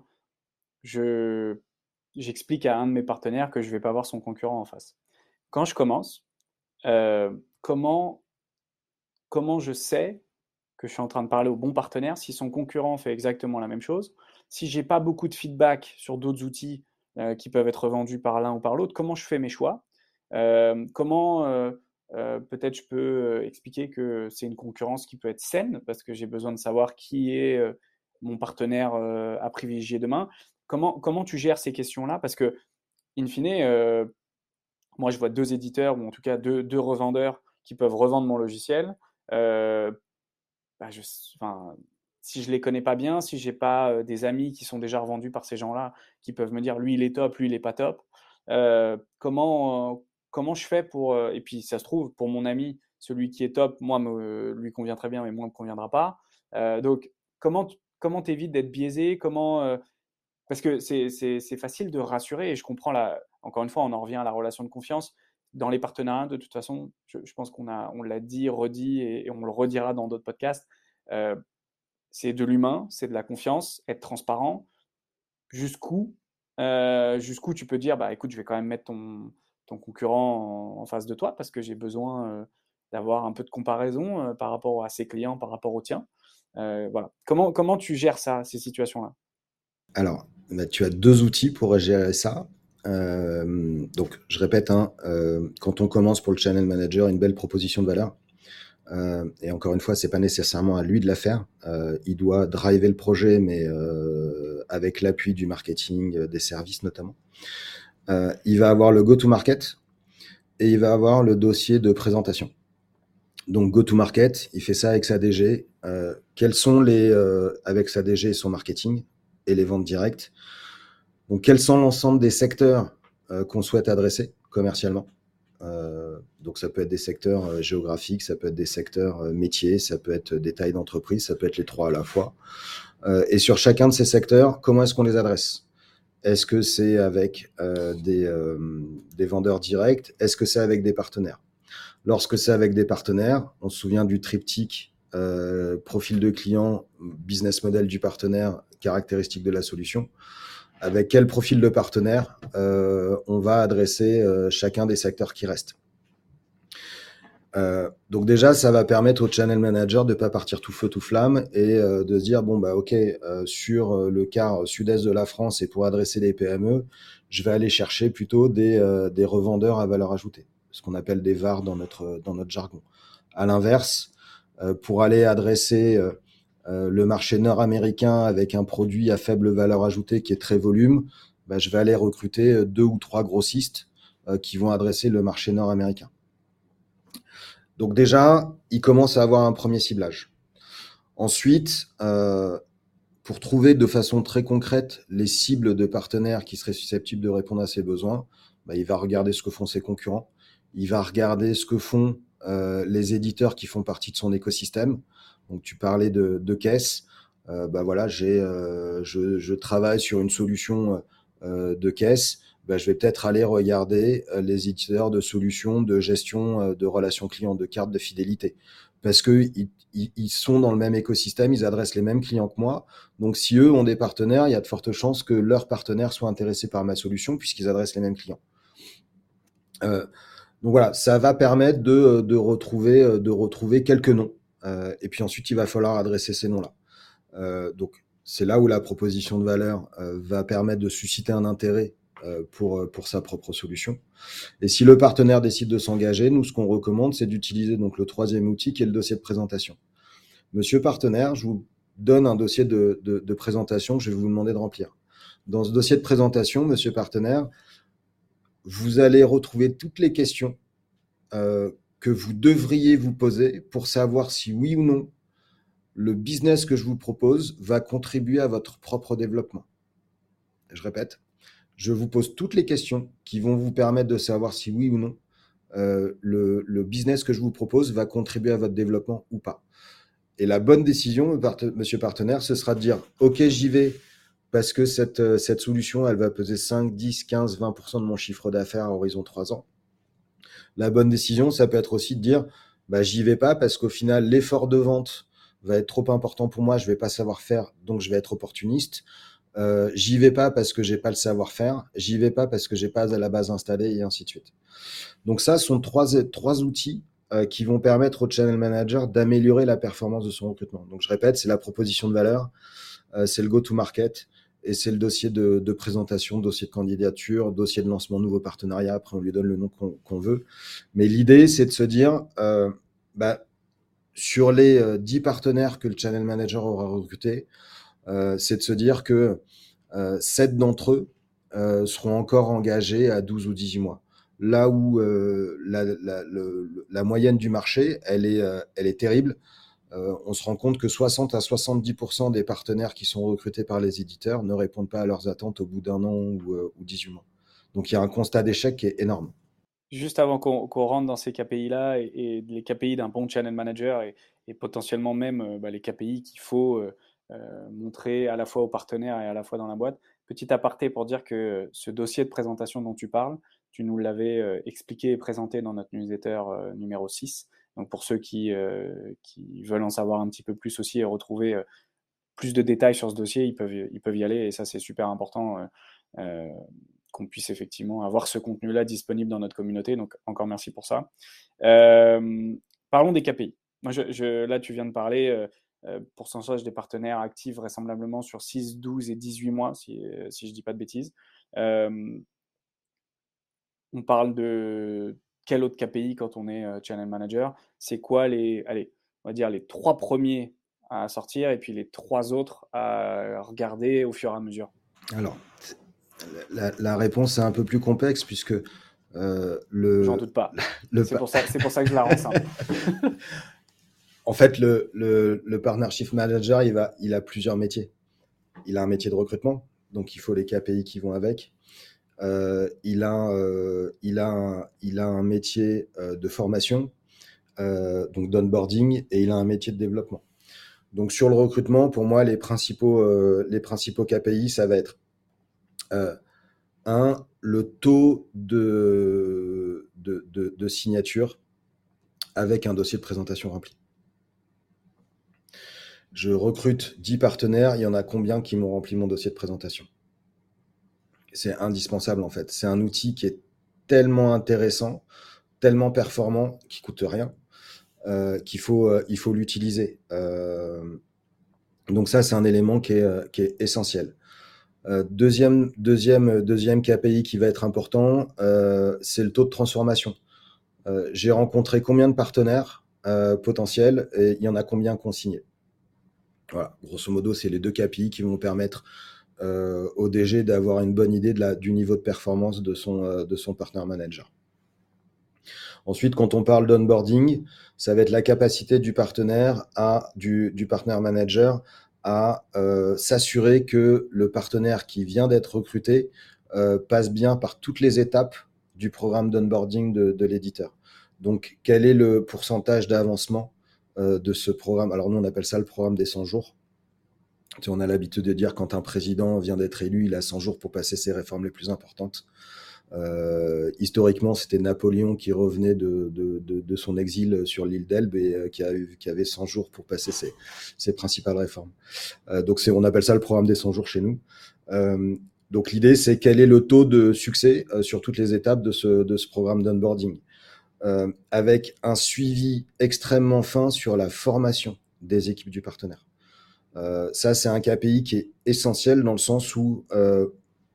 je j'explique à un de mes partenaires que je ne vais pas voir son concurrent en face. Quand je commence, euh, comment, comment je sais que je suis en train de parler au bon partenaire si son concurrent fait exactement la même chose? si j'ai pas beaucoup de feedback sur d'autres outils euh, qui peuvent être vendus par l'un ou par l'autre, comment je fais mes choix? Euh, comment euh, euh, peut-être je peux euh, expliquer que c'est une concurrence qui peut être saine parce que j'ai besoin de savoir qui est euh, mon partenaire euh, à privilégier demain. Comment, comment tu gères ces questions-là? Parce que, in fine, euh, moi, je vois deux éditeurs ou en tout cas deux, deux revendeurs qui peuvent revendre mon logiciel. Euh, bah, je, enfin, si je les connais pas bien, si j'ai pas euh, des amis qui sont déjà revendus par ces gens-là, qui peuvent me dire lui il est top, lui il est pas top, euh, comment, euh, comment je fais pour. euh, et puis ça se trouve, pour mon ami, celui qui est top, moi, me, lui convient très bien, mais moi, ne me conviendra pas. Euh, donc, comment tu comment t'évites d'être biaisé? Comment, euh, parce que c'est c'est- c'est facile de rassurer et je comprends la. Encore une fois, on en revient à la relation de confiance. Dans les partenariats, de toute façon, je, je pense qu'on a, on l'a dit, redit et, et on le redira dans d'autres podcasts. Euh, c'est de l'humain, c'est de la confiance, être transparent. Jusqu'où, euh, jusqu'où tu peux dire, bah écoute, je vais quand même mettre ton, ton concurrent en, en face de toi parce que j'ai besoin euh, d'avoir un peu de comparaison euh, par rapport à ses clients, par rapport aux tiens. Euh, voilà. Comment, comment tu gères ça, ces situations-là?
Alors, bah, tu as deux outils pour gérer ça. Euh, donc, je répète, hein, euh, quand on commence pour le channel manager, une belle proposition de valeur. Euh, et encore une fois, c'est pas nécessairement à lui de la faire. Euh, il doit driver le projet, mais euh, avec l'appui du marketing, euh, des services notamment. Euh, il va avoir le go-to-market et il va avoir le dossier de présentation. Donc go-to-market, il fait ça avec sa D G. Euh, quels sont les euh, avec sa D G et son marketing et les ventes directes. Donc quels sont l'ensemble des secteurs euh, qu'on souhaite adresser commercialement. Euh, donc ça peut être des secteurs euh, géographiques, ça peut être des secteurs euh, métiers, ça peut être des tailles d'entreprise, ça peut être les trois à la fois. Euh, et sur chacun de ces secteurs, comment est-ce qu'on les adresse? Est-ce que c'est avec euh, des, euh, des vendeurs directs? Est-ce que c'est avec des partenaires? Lorsque c'est avec des partenaires, on se souvient du triptyque euh, profil de client, business model du partenaire, caractéristiques de la solution. Avec quel profil de partenaire euh, on va adresser euh, chacun des secteurs qui restent. Euh, donc déjà, ça va permettre au channel manager de ne pas partir tout feu tout flamme et euh, de se dire bon bah ok, euh, sur le quart sud-est de la France et pour adresser les P M E, je vais aller chercher plutôt des, euh, des revendeurs à valeur ajoutée, ce qu'on appelle des V A R dans notre dans notre jargon. À l'inverse, euh, pour aller adresser euh, euh, le marché nord-américain avec un produit à faible valeur ajoutée qui est très volume, bah, je vais aller recruter deux ou trois grossistes euh, qui vont adresser le marché nord-américain. Donc déjà, il commence à avoir un premier ciblage. Ensuite, euh, pour trouver de façon très concrète les cibles de partenaires qui seraient susceptibles de répondre à ses besoins, bah, il va regarder ce que font ses concurrents, il va regarder ce que font euh, les éditeurs qui font partie de son écosystème. Donc tu parlais de, de caisse, euh, bah voilà, j'ai, euh, je, je travaille sur une solution euh, de caisse. Bah, je vais peut-être aller regarder euh, les éditeurs de solutions de gestion euh, de relations clients, de cartes de fidélité, parce que ils, ils, ils sont dans le même écosystème, ils adressent les mêmes clients que moi. Donc, si eux ont des partenaires, il y a de fortes chances que leurs partenaires soient intéressés par ma solution puisqu'ils adressent les mêmes clients. Euh, donc voilà, ça va permettre de, de, retrouver, de retrouver quelques noms. Euh, et puis ensuite, il va falloir adresser ces noms-là. Euh, donc, c'est là où la proposition de valeur euh, va permettre de susciter un intérêt euh, pour, pour sa propre solution. Et si le partenaire décide de s'engager, nous, ce qu'on recommande, c'est d'utiliser donc le troisième outil qui est le dossier de présentation. Monsieur partenaire, je vous donne un dossier de, de, de présentation que je vais vous demander de remplir. Dans ce dossier de présentation, monsieur partenaire, vous allez retrouver toutes les questions euh, que vous devriez vous poser pour savoir si oui ou non le business que je vous propose va contribuer à votre propre développement. Je répète, je vous pose toutes les questions qui vont vous permettre de savoir si oui ou non euh, le, le business que je vous propose va contribuer à votre développement ou pas. Et la bonne décision, monsieur partenaire, ce sera de dire « Ok, j'y vais parce que cette, cette solution, elle va peser cinq, dix, quinze, vingt pour cent de mon chiffre d'affaires à horizon trois ans. » La bonne décision, ça peut être aussi de dire bah, « J'y vais pas parce qu'au final, l'effort de vente va être trop important pour moi, je vais pas savoir faire, donc je vais être opportuniste. Euh, j'y vais pas parce que j'ai pas le savoir-faire, j'y vais pas parce que j'ai pas à la base installée et ainsi de suite. » Donc ça, ce sont trois, trois outils euh, qui vont permettre au channel manager d'améliorer la performance de son recrutement. Donc je répète, c'est la proposition de valeur, euh, c'est le go-to-market et c'est le dossier de, de présentation, dossier de candidature, dossier de lancement de nouveaux partenariats. Après, on lui donne le nom qu'on qu'on veut. Mais l'idée, c'est de se dire, euh, bah, sur les euh, dix partenaires que le channel manager aura recrutés, euh, c'est de se dire que euh, sept d'entre eux euh, seront encore engagés à douze ou dix-huit mois. Là où euh, la, la, le, la moyenne du marché, elle est, euh, elle est terrible. Euh, on se rend compte que soixante à soixante-dix pour cent des partenaires qui sont recrutés par les éditeurs ne répondent pas à leurs attentes au bout d'un an ou, euh, ou dix-huit mois. Donc il y a un constat d'échec qui est énorme.
Juste avant qu'on qu'on rentre dans ces K P I-là et, et les K P I d'un bon channel manager et, et potentiellement même euh, bah, les K P I qu'il faut euh, euh, montrer à la fois aux partenaires et à la fois dans la boîte. Petit aparté pour dire que ce dossier de présentation dont tu parles, tu nous l'avais euh, expliqué et présenté dans notre newsletter euh, numéro six. Donc pour ceux qui, euh, qui veulent en savoir un petit peu plus aussi et retrouver euh, plus de détails sur ce dossier, ils peuvent, ils peuvent y aller et ça c'est super important. Euh, euh, qu'on puisse effectivement avoir ce contenu-là disponible dans notre communauté. Donc, encore merci pour ça. Euh, parlons des K P I. Moi, je, je, là, tu viens de parler euh, euh, pourcentage des partenaires actifs vraisemblablement sur six, douze et dix-huit mois, si, si je ne dis pas de bêtises. Euh, on parle de quel autre K P I quand on est euh, channel manager? C'est quoi les, allez, on va dire les trois premiers à sortir et puis les trois autres à regarder au fur et à mesure?
Alors, la, la réponse est un peu plus complexe puisque euh,
J'en
le,
doute pas.
le
C'est pour ça, c'est pour ça que je la rends simple.
en fait, le, le, le partnership manager, il, va, il a plusieurs métiers. Il a un métier de recrutement, donc il faut les K P I qui vont avec. Euh, il, a, euh, il, a un, il a un métier euh, de formation, euh, donc d'onboarding, et il a un métier de développement. Donc sur le recrutement, pour moi, les principaux, euh, les principaux K P I, ça va être euh, un, le taux de, de, de, de signature avec un dossier de présentation rempli. Je recrute dix partenaires, il y en a combien qui m'ont rempli mon dossier de présentation? C'est indispensable en fait. C'est un outil qui est tellement intéressant, tellement performant, qui coûte rien, euh, qu'il faut, euh, il faut l'utiliser. Euh, donc ça, c'est un élément qui est, euh, qui est essentiel. Euh, deuxième, deuxième, deuxième K P I qui va être important, euh, c'est le taux de transformation. Euh, j'ai rencontré combien de partenaires euh, potentiels et il y en a combien qu'on signé. Voilà, grosso modo, c'est les deux K P I qui vont permettre euh, au D G d'avoir une bonne idée de la, du niveau de performance de son, euh, de son partner manager. Ensuite, quand on parle d'onboarding, ça va être la capacité du partenaire à, du, du partner manager à euh, s'assurer que le partenaire qui vient d'être recruté euh, passe bien par toutes les étapes du programme d'onboarding de, de l'éditeur. Donc, quel est le pourcentage d'avancement euh, de ce programme? Alors, nous, on appelle ça le programme des cent jours. Tu sais, on a l'habitude de dire quand un président vient d'être élu, il a cent jours pour passer ses réformes les plus importantes. Euh, historiquement, c'était Napoléon qui revenait de, de, de, de son exil sur l'île d'Elbe et euh, qui, a eu, qui avait cent jours pour passer ses, ses principales réformes. Euh, donc, c'est, on appelle ça le programme des cent jours chez nous. Euh, donc, l'idée, c'est quel est le taux de succès euh, sur toutes les étapes de ce, de ce programme d'onboarding, euh, avec un suivi extrêmement fin sur la formation des équipes du partenaire. Euh, ça, c'est un K P I qui est essentiel dans le sens où euh,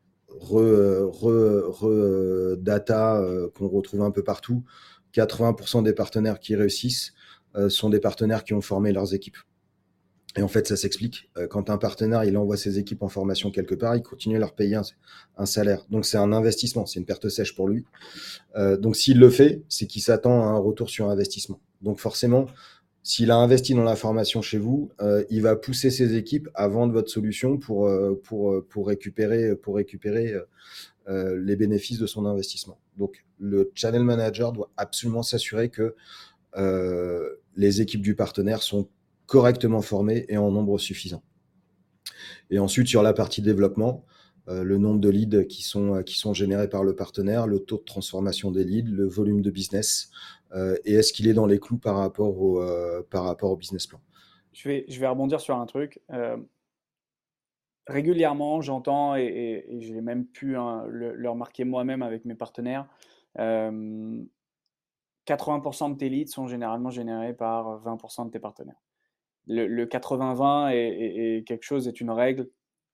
re, re, re, data euh, qu'on retrouve un peu partout, quatre-vingts pour cent des partenaires qui réussissent euh, sont des partenaires qui ont formé leurs équipes. Et en fait, ça s'explique. Euh, quand un partenaire il envoie ses équipes en formation quelque part, il continue à leur payer un, un salaire. Donc c'est un investissement, c'est une perte sèche pour lui. Euh, donc s'il le fait, c'est qu'il s'attend à un retour sur investissement. Donc forcément, s'il a investi dans la formation chez vous, euh, il va pousser ses équipes à vendre votre solution pour, euh, pour, pour récupérer, pour récupérer euh, les bénéfices de son investissement. Donc, le channel manager doit absolument s'assurer que euh, les équipes du partenaire sont correctement formées et en nombre suffisant. Et ensuite, sur la partie développement, euh, le nombre de leads qui sont, qui sont générés par le partenaire, le taux de transformation des leads, le volume de business, euh, et est-ce qu'il est dans les clous par rapport au, euh, par rapport au business plan.
Je vais, je vais rebondir sur un truc. Euh, régulièrement, j'entends, et, et, et j'ai même pu hein, le, le remarquer moi-même avec mes partenaires, euh, quatre-vingts pour cent de tes leads sont généralement générés par vingt pour cent de tes partenaires. Le, le quatre-vingts vingt est, est, est quelque chose, est une règle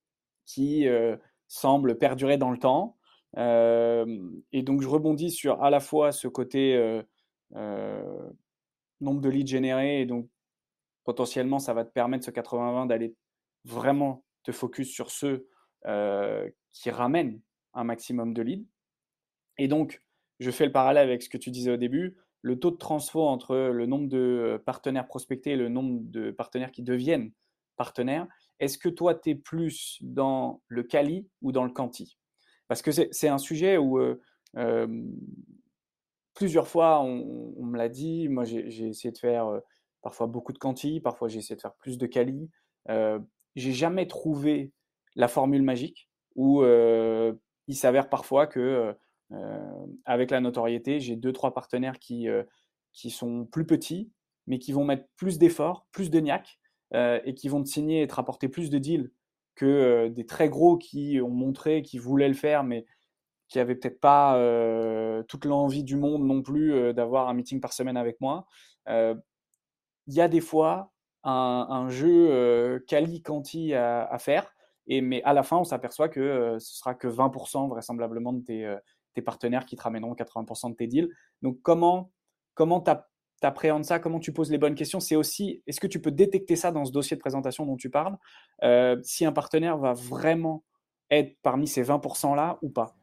qui euh, semble perdurer dans le temps. Euh, et donc, je rebondis sur à la fois ce côté euh, euh, nombre de leads générés, et donc potentiellement, ça va te permettre, ce quatre-vingts vingt, d'aller vraiment te focus sur ceux euh, qui ramènent un maximum de leads. Et donc, je fais le parallèle avec ce que tu disais au début, le taux de transfo entre le nombre de partenaires prospectés et le nombre de partenaires qui deviennent partenaires. Est-ce que toi, tu es plus dans le quali ou dans le quanti? Parce que c'est un sujet où euh, euh, plusieurs fois, on, on me l'a dit, moi j'ai essayé de faire euh, parfois beaucoup de quanti, parfois j'ai essayé de faire plus de quali. Euh, j'ai jamais trouvé la formule magique où euh, il s'avère parfois que euh, avec la notoriété, j'ai deux, trois partenaires qui, euh, qui sont plus petits, mais qui vont mettre plus d'efforts, plus de niaque, euh, et qui vont te signer et te rapporter plus de deals que euh, des très gros qui ont montré qu'ils voulaient le faire, mais qui avait peut-être pas euh, toute l'envie du monde non plus euh, d'avoir un meeting par semaine avec moi. Euh, Il y a des fois un, un jeu euh, quali-quanti à, à faire, et, mais à la fin, on s'aperçoit que euh, ce sera que vingt pour cent vraisemblablement de tes, euh, tes partenaires qui te ramèneront quatre-vingts pour cent de tes deals. Donc, comment comment tu appréhendes ça? Comment tu poses les bonnes questions? C'est aussi, est-ce que tu peux détecter ça dans ce dossier de présentation dont tu parles? Euh, si un partenaire va vraiment être parmi ces vingt pour cent-là ou pas?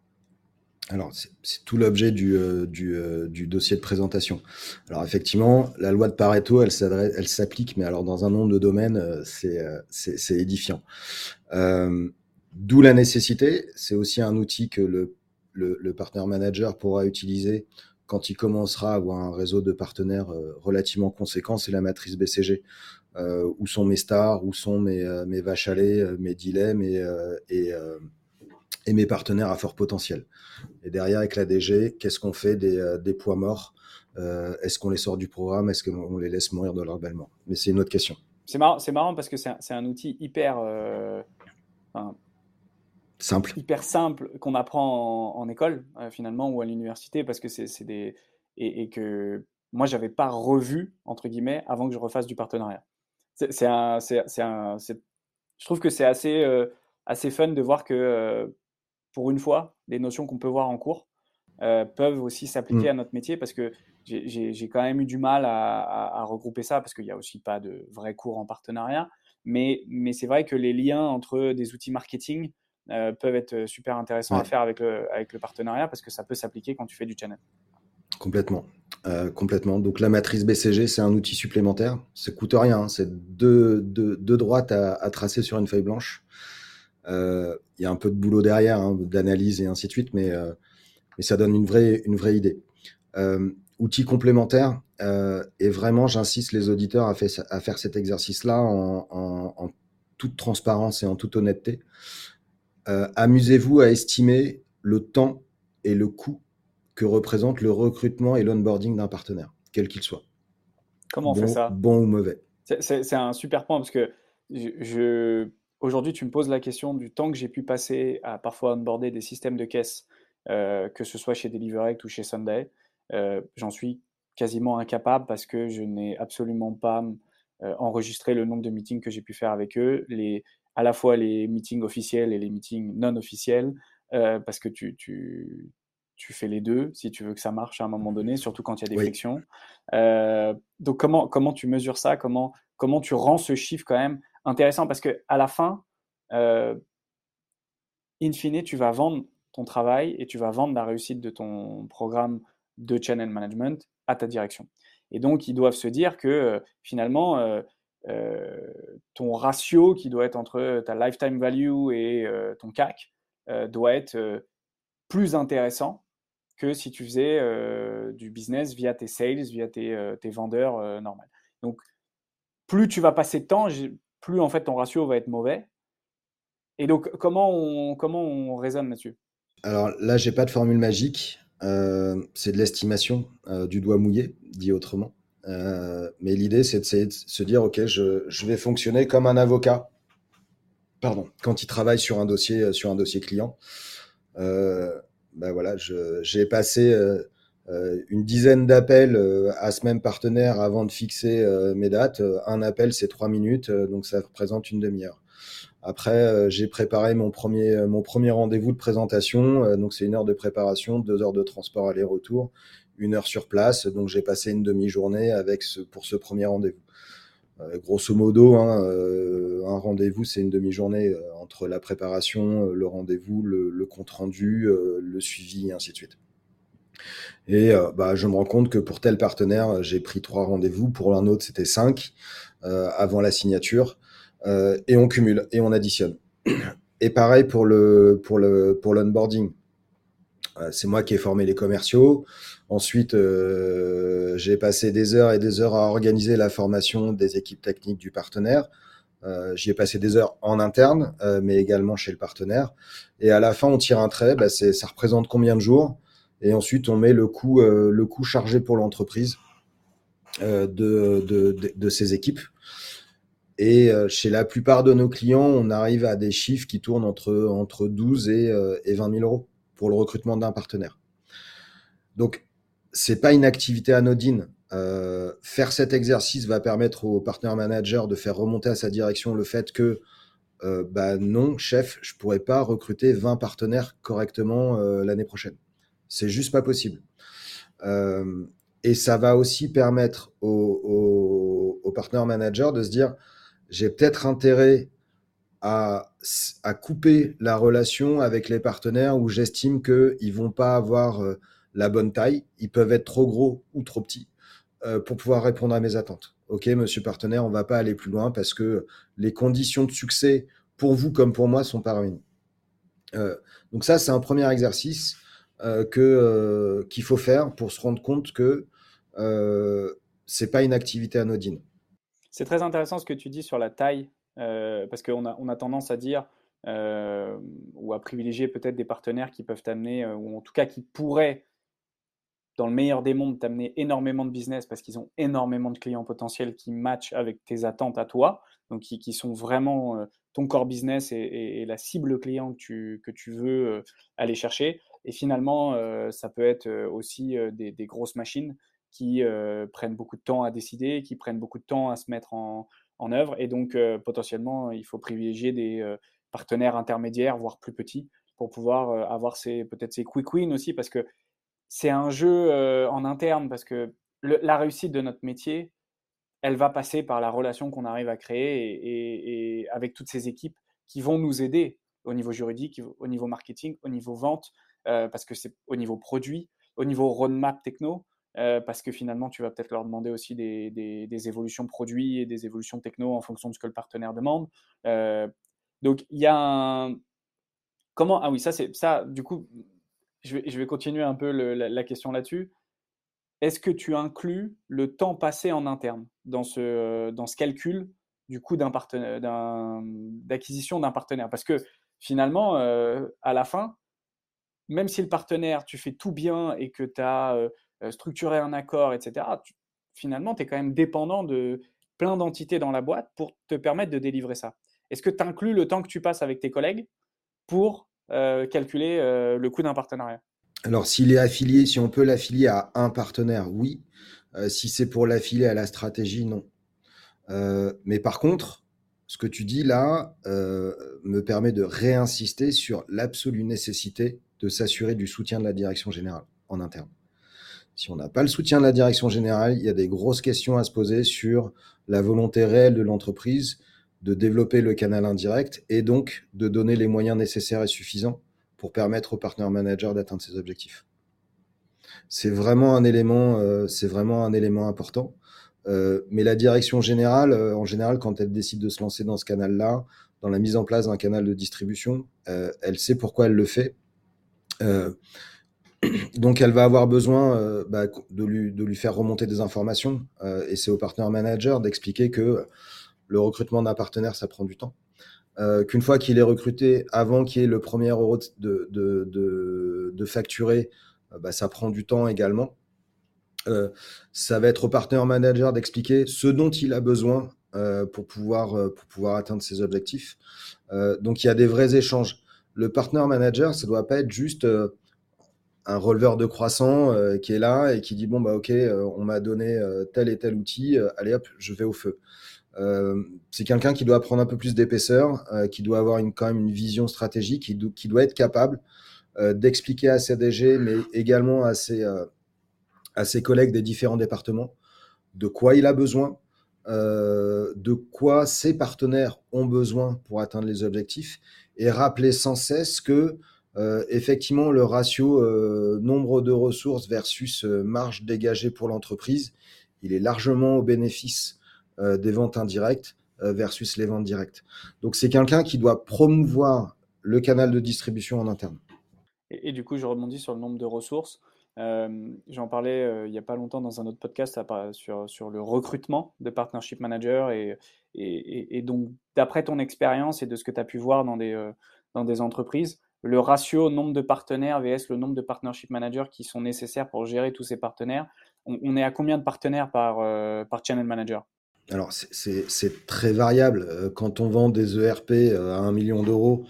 Alors, c'est c'est tout l'objet du, euh, du, euh, du dossier de présentation. Alors, effectivement, la loi de Pareto, elle s'adresse- elle s'applique, mais alors dans un nombre de domaines, euh, c'est euh, c'est- c'est édifiant. Euh, D'où la nécessité. C'est aussi un outil que le, le, le partner manager pourra utiliser quand il commencera à avoir un réseau de partenaires euh, relativement conséquent. C'est la matrice B C G. Euh, où sont mes stars, où sont mes, euh, mes vaches à lait, euh, mes dilemmes et, euh, et, euh, et mes partenaires à fort potentiel. Et derrière, avec la D G, qu'est-ce qu'on fait des, euh, des poids morts? euh, Est-ce qu'on les sort du programme? Est-ce qu'on les laisse mourir de leur belle mort? Mais c'est une autre question.
C'est marrant, c'est marrant parce que c'est un, c'est un outil hyper, euh, enfin,
Simple.
hyper simple qu'on apprend en, en école euh, finalement ou à l'université parce que c'est c'est des et, et que moi j'avais pas revu entre guillemets avant que je refasse du partenariat. C'est c'est un, c'est c'est un, c'est- je trouve que c'est assez euh, assez fun de voir que euh, pour une fois, les notions qu'on peut voir en cours euh, peuvent aussi s'appliquer à
Mm.
notre métier parce que j'ai j'ai- j'ai quand même eu du mal à, à- à regrouper ça parce qu'il n'y a aussi pas de vrais cours en partenariat. Mais, mais c'est vrai que les liens entre des outils marketing euh, peuvent être super intéressants à
Ouais,
faire avec le, avec le partenariat parce que ça peut s'appliquer quand tu fais du channel.
complètement. Euh, complètement. Donc la matrice B C G, c'est un outil supplémentaire. Ça coûte rien, hein. C'est deux, deux, deux droites à, à tracer sur une feuille blanche. Euh, Il y a un peu de boulot derrière, hein, d'analyse et ainsi de suite, mais, euh, mais ça donne une vraie, une vraie idée. Euh, outil complémentaire, euh, et vraiment, j'insiste les auditeurs à, fait, à faire cet exercice-là en, en, en toute transparence et en toute honnêteté. Euh, amusez-vous à estimer le temps et le coût que représente le recrutement et l'onboarding d'un partenaire, quel qu'il soit,
Comment on fait
bon,
ça?
bon ou mauvais.
C'est c'est- c'est un super point parce que je, je- aujourd'hui, tu me poses la question du temps que j'ai pu passer à parfois onboarder des systèmes de caisse, euh, que ce soit chez Deliverect ou chez Sunday. Euh, j'en suis quasiment incapable parce que je n'ai absolument pas euh, enregistré le nombre de meetings que j'ai pu faire avec eux, les, à la fois les meetings officiels et les meetings non officiels, euh, parce que tu, tu, tu fais les deux si tu veux que ça marche à un moment donné, surtout quand il y a des
Oui.
frictions. Euh, donc comment, comment tu mesures ça? Comment, comment tu rends ce chiffre quand même intéressant? Parce que à la fin, euh, in fine, tu vas vendre ton travail et tu vas vendre la réussite de ton programme de channel management à ta direction. Et donc, ils doivent se dire que euh, finalement, euh, euh, ton ratio qui doit être entre ta lifetime value et euh, ton C A C euh, doit être euh, plus intéressant que si tu faisais euh, du business via tes sales, via tes, euh, tes vendeurs euh, normaux. Donc, plus tu vas passer de temps, plus en fait ton ratio va être mauvais. Et donc, comment on, comment on raisonne là-dessus?
Alors là, j'ai pas de formule magique. Euh, c'est de l'estimation, euh, du doigt mouillé, dit autrement. Euh, mais l'idée, c'est de, de se dire, OK, je, je vais fonctionner comme un avocat, pardon, quand il travaille sur un dossier, euh, sur un dossier client. Euh, ben voilà, je- j'ai passé euh, euh, une dizaine d'appels euh, à ce même partenaire avant de fixer euh, mes dates. Euh, Un appel, c'est trois minutes, euh, donc ça représente une demi-heure. Après, euh, j'ai préparé mon premier, euh, mon premier rendez-vous de présentation. Euh, donc, c'est une heure de préparation, deux heures de transport aller-retour, une heure sur place. Donc, j'ai passé une demi-journée avec ce, pour ce premier rendez-vous. Euh, grosso modo, hein, euh, un rendez-vous, c'est une demi-journée euh, entre la préparation, euh, le rendez-vous, le, le compte-rendu, euh, le suivi, et ainsi de suite. Et euh, bah, je me rends compte que pour tel partenaire, j'ai pris trois rendez-vous. Pour l'un autre, c'était cinq euh, avant la signature. Euh, et on cumule et on additionne. Et pareil pour le pour le pour l'onboarding. Euh, c'est moi qui ai formé les commerciaux. Ensuite, euh, j'ai passé des heures et des heures à organiser la formation des équipes techniques du partenaire. Euh, j'y ai passé des heures en interne, euh, mais également chez le partenaire. Et à la fin, on tire un trait. Bah, c'est, ça représente combien de jours? Et ensuite, on met le coût, euh, le coût chargé pour l'entreprise euh, de, de, de, de ces équipes. Et euh, chez la plupart de nos clients, on arrive à des chiffres qui tournent entre, entre douze et, euh, et vingt mille euros pour le recrutement d'un partenaire. Donc, c'est pas une activité anodine. Euh, faire cet exercice va permettre au partenaire manager de faire remonter à sa direction le fait que euh, bah non, chef, je pourrais pas recruter vingt partenaires correctement euh, l'année prochaine. C'est juste pas possible. Euh, et ça va aussi permettre au, au, au partenaire manager de se dire, j'ai peut-être intérêt à, à couper la relation avec les partenaires où j'estime qu'ils vont pas avoir euh, la bonne taille, ils peuvent être trop gros ou trop petits euh, pour pouvoir répondre à mes attentes. Ok, monsieur partenaire, on va pas aller plus loin parce que les conditions de succès pour vous comme pour moi sont pas réunies. Euh, donc ça, c'est un premier exercice euh, que euh, qu'il faut faire pour se rendre compte que euh, c'est pas une activité anodine.
C'est très intéressant ce que tu dis sur la taille, euh, parce qu'on a, on a tendance à dire euh, ou à privilégier peut-être des partenaires qui peuvent t'amener, euh, ou en tout cas qui pourraient, dans le meilleur des mondes, t'amener énormément de business parce qu'ils ont énormément de clients potentiels qui matchent avec tes attentes à toi, donc qui, qui sont vraiment euh, ton core business et, et- et la cible client que tu, que tu veux euh, aller chercher. Et finalement, euh, ça peut être euh, aussi euh, des, des grosses machines qui euh, prennent beaucoup de temps à décider, qui prennent beaucoup de temps à se mettre en, en œuvre. Et donc, euh, potentiellement, il faut privilégier des euh, partenaires intermédiaires, voire plus petits, pour pouvoir euh, avoir ces, peut-être ces quick wins aussi, parce que c'est un jeu euh, en interne parce que le- la réussite de notre métier, elle va passer par la relation qu'on arrive à créer et, et- et avec toutes ces équipes qui vont nous aider au niveau juridique, au niveau marketing, au niveau vente, euh, parce que c'est au niveau produit, au niveau roadmap techno, euh, parce que finalement, tu vas peut-être leur demander aussi des, des- des évolutions produits et des évolutions techno en fonction de ce que le partenaire demande. Euh, donc, il y a un, comment? Ah oui, ça c'est ça. Du coup, je vais, je vais continuer un peu le- la, la question là-dessus. Est-ce que tu inclus le temps passé en interne dans ce, dans ce calcul du coût d'un partenaire, d'un- d'acquisition d'un partenaire? Parce que finalement, euh, à la fin, même si le partenaire, tu fais tout bien et que tu as euh, structuré un accord, et cetera, tu- finalement, tu es quand même dépendant de plein d'entités dans la boîte pour te permettre de délivrer ça. Est-ce que tu inclus le temps que tu passes avec tes collègues pour euh, calculer euh, le coût d'un partenariat?
Alors, s'il est affilié, si on peut l'affilier à un partenaire, oui. Euh, si c'est pour l'affilier à la stratégie, non. Euh, mais par contre, ce que tu dis là euh, me permet de réinsister sur l'absolue nécessité de s'assurer du soutien de la direction générale en interne. Si on n'a pas le soutien de la direction générale, il y a des grosses questions à se poser sur la volonté réelle de l'entreprise de développer le canal indirect et donc de donner les moyens nécessaires et suffisants pour permettre au partenaire manager d'atteindre ses objectifs. C'est vraiment un élément, euh, c'est vraiment un élément important. Euh, mais la direction générale, euh, en général, quand elle décide de se lancer dans ce canal-là, dans la mise en place d'un canal de distribution, euh, elle sait pourquoi elle le fait. Euh, donc, elle va avoir besoin euh, bah, de, lui, de lui faire remonter des informations. Euh, et c'est au partenaire manager d'expliquer que le recrutement d'un partenaire, ça prend du temps. Euh, qu'une fois qu'il est recruté, avant qu'il y ait le premier euro de, de, de, de facturé, euh, bah, ça prend du temps également. Euh, ça va être au partenaire manager d'expliquer ce dont il a besoin euh, pour, pouvoir, euh, pour pouvoir atteindre ses objectifs. Euh, donc, il y a des vrais échanges. Le partenaire manager, ça ne doit pas être juste euh, un releveur de croissant euh, qui est là et qui dit, bon, bah ok, euh, on m'a donné euh, tel et tel outil, euh, allez hop, je vais au feu. Euh, c'est quelqu'un qui doit prendre un peu plus d'épaisseur, euh, qui doit avoir une, quand même une vision stratégique, qui, do- qui doit être capable euh, d'expliquer à ses D G, mais également à ses, euh, à ses collègues des différents départements, de quoi il a besoin, euh, de quoi ses partenaires ont besoin pour atteindre les objectifs, et rappeler sans cesse que euh, effectivement le ratio euh, nombre de ressources versus euh, marge dégagée pour l'entreprise, il est largement au bénéfice euh, des ventes indirectes euh, versus les ventes directes. Donc c'est quelqu'un qui doit promouvoir le canal de distribution en interne.
Et, et du coup, je rebondis sur le nombre de ressources. Euh, j'en parlais euh, il n'y a pas longtemps dans un autre podcast à par- sur, sur le recrutement de partnership manager. Et, et, et- et donc, d'après ton expérience et de ce que tu as pu voir dans des, euh, dans des entreprises, le ratio nombre de partenaires vs le nombre de partnership managers qui sont nécessaires pour gérer tous ces partenaires, on, on est à combien de partenaires par, euh, par channel manager?
Alors, c'est- c'est c'est très variable. Euh, Quand on vend des E R P euh, à un million d'euros,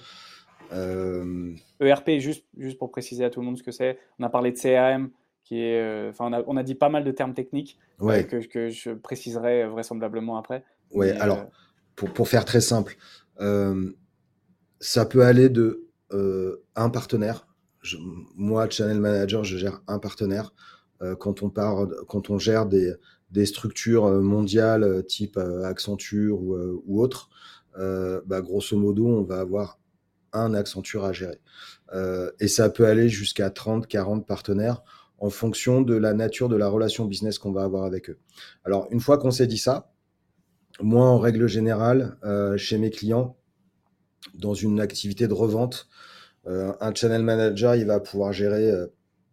euh,
E R P, juste, juste pour préciser à tout le monde ce que c'est, on a parlé de C R M, qui est, euh, enfin, on a, on a dit pas mal de termes techniques euh,
ouais,
que, que je préciserai vraisemblablement après.
ouais.
Mais euh,
Alors, pour, pour faire très simple, euh, ça peut aller de euh, un partenaire. Je- moi, channel manager, je gère un partenaire. Euh, quand on part, quand on gère des, des structures euh, mondiales euh, type euh, Accenture ou, euh, ou autre, euh, bah, grosso modo, on va avoir un Accenture à gérer. Euh, et ça peut aller jusqu'à trente, quarante partenaires en fonction de la nature de la relation business qu'on va avoir avec eux. Alors, une fois qu'on s'est dit ça, moi, en règle générale, euh, chez mes clients, dans une activité de revente, euh, un channel manager, il va pouvoir gérer euh,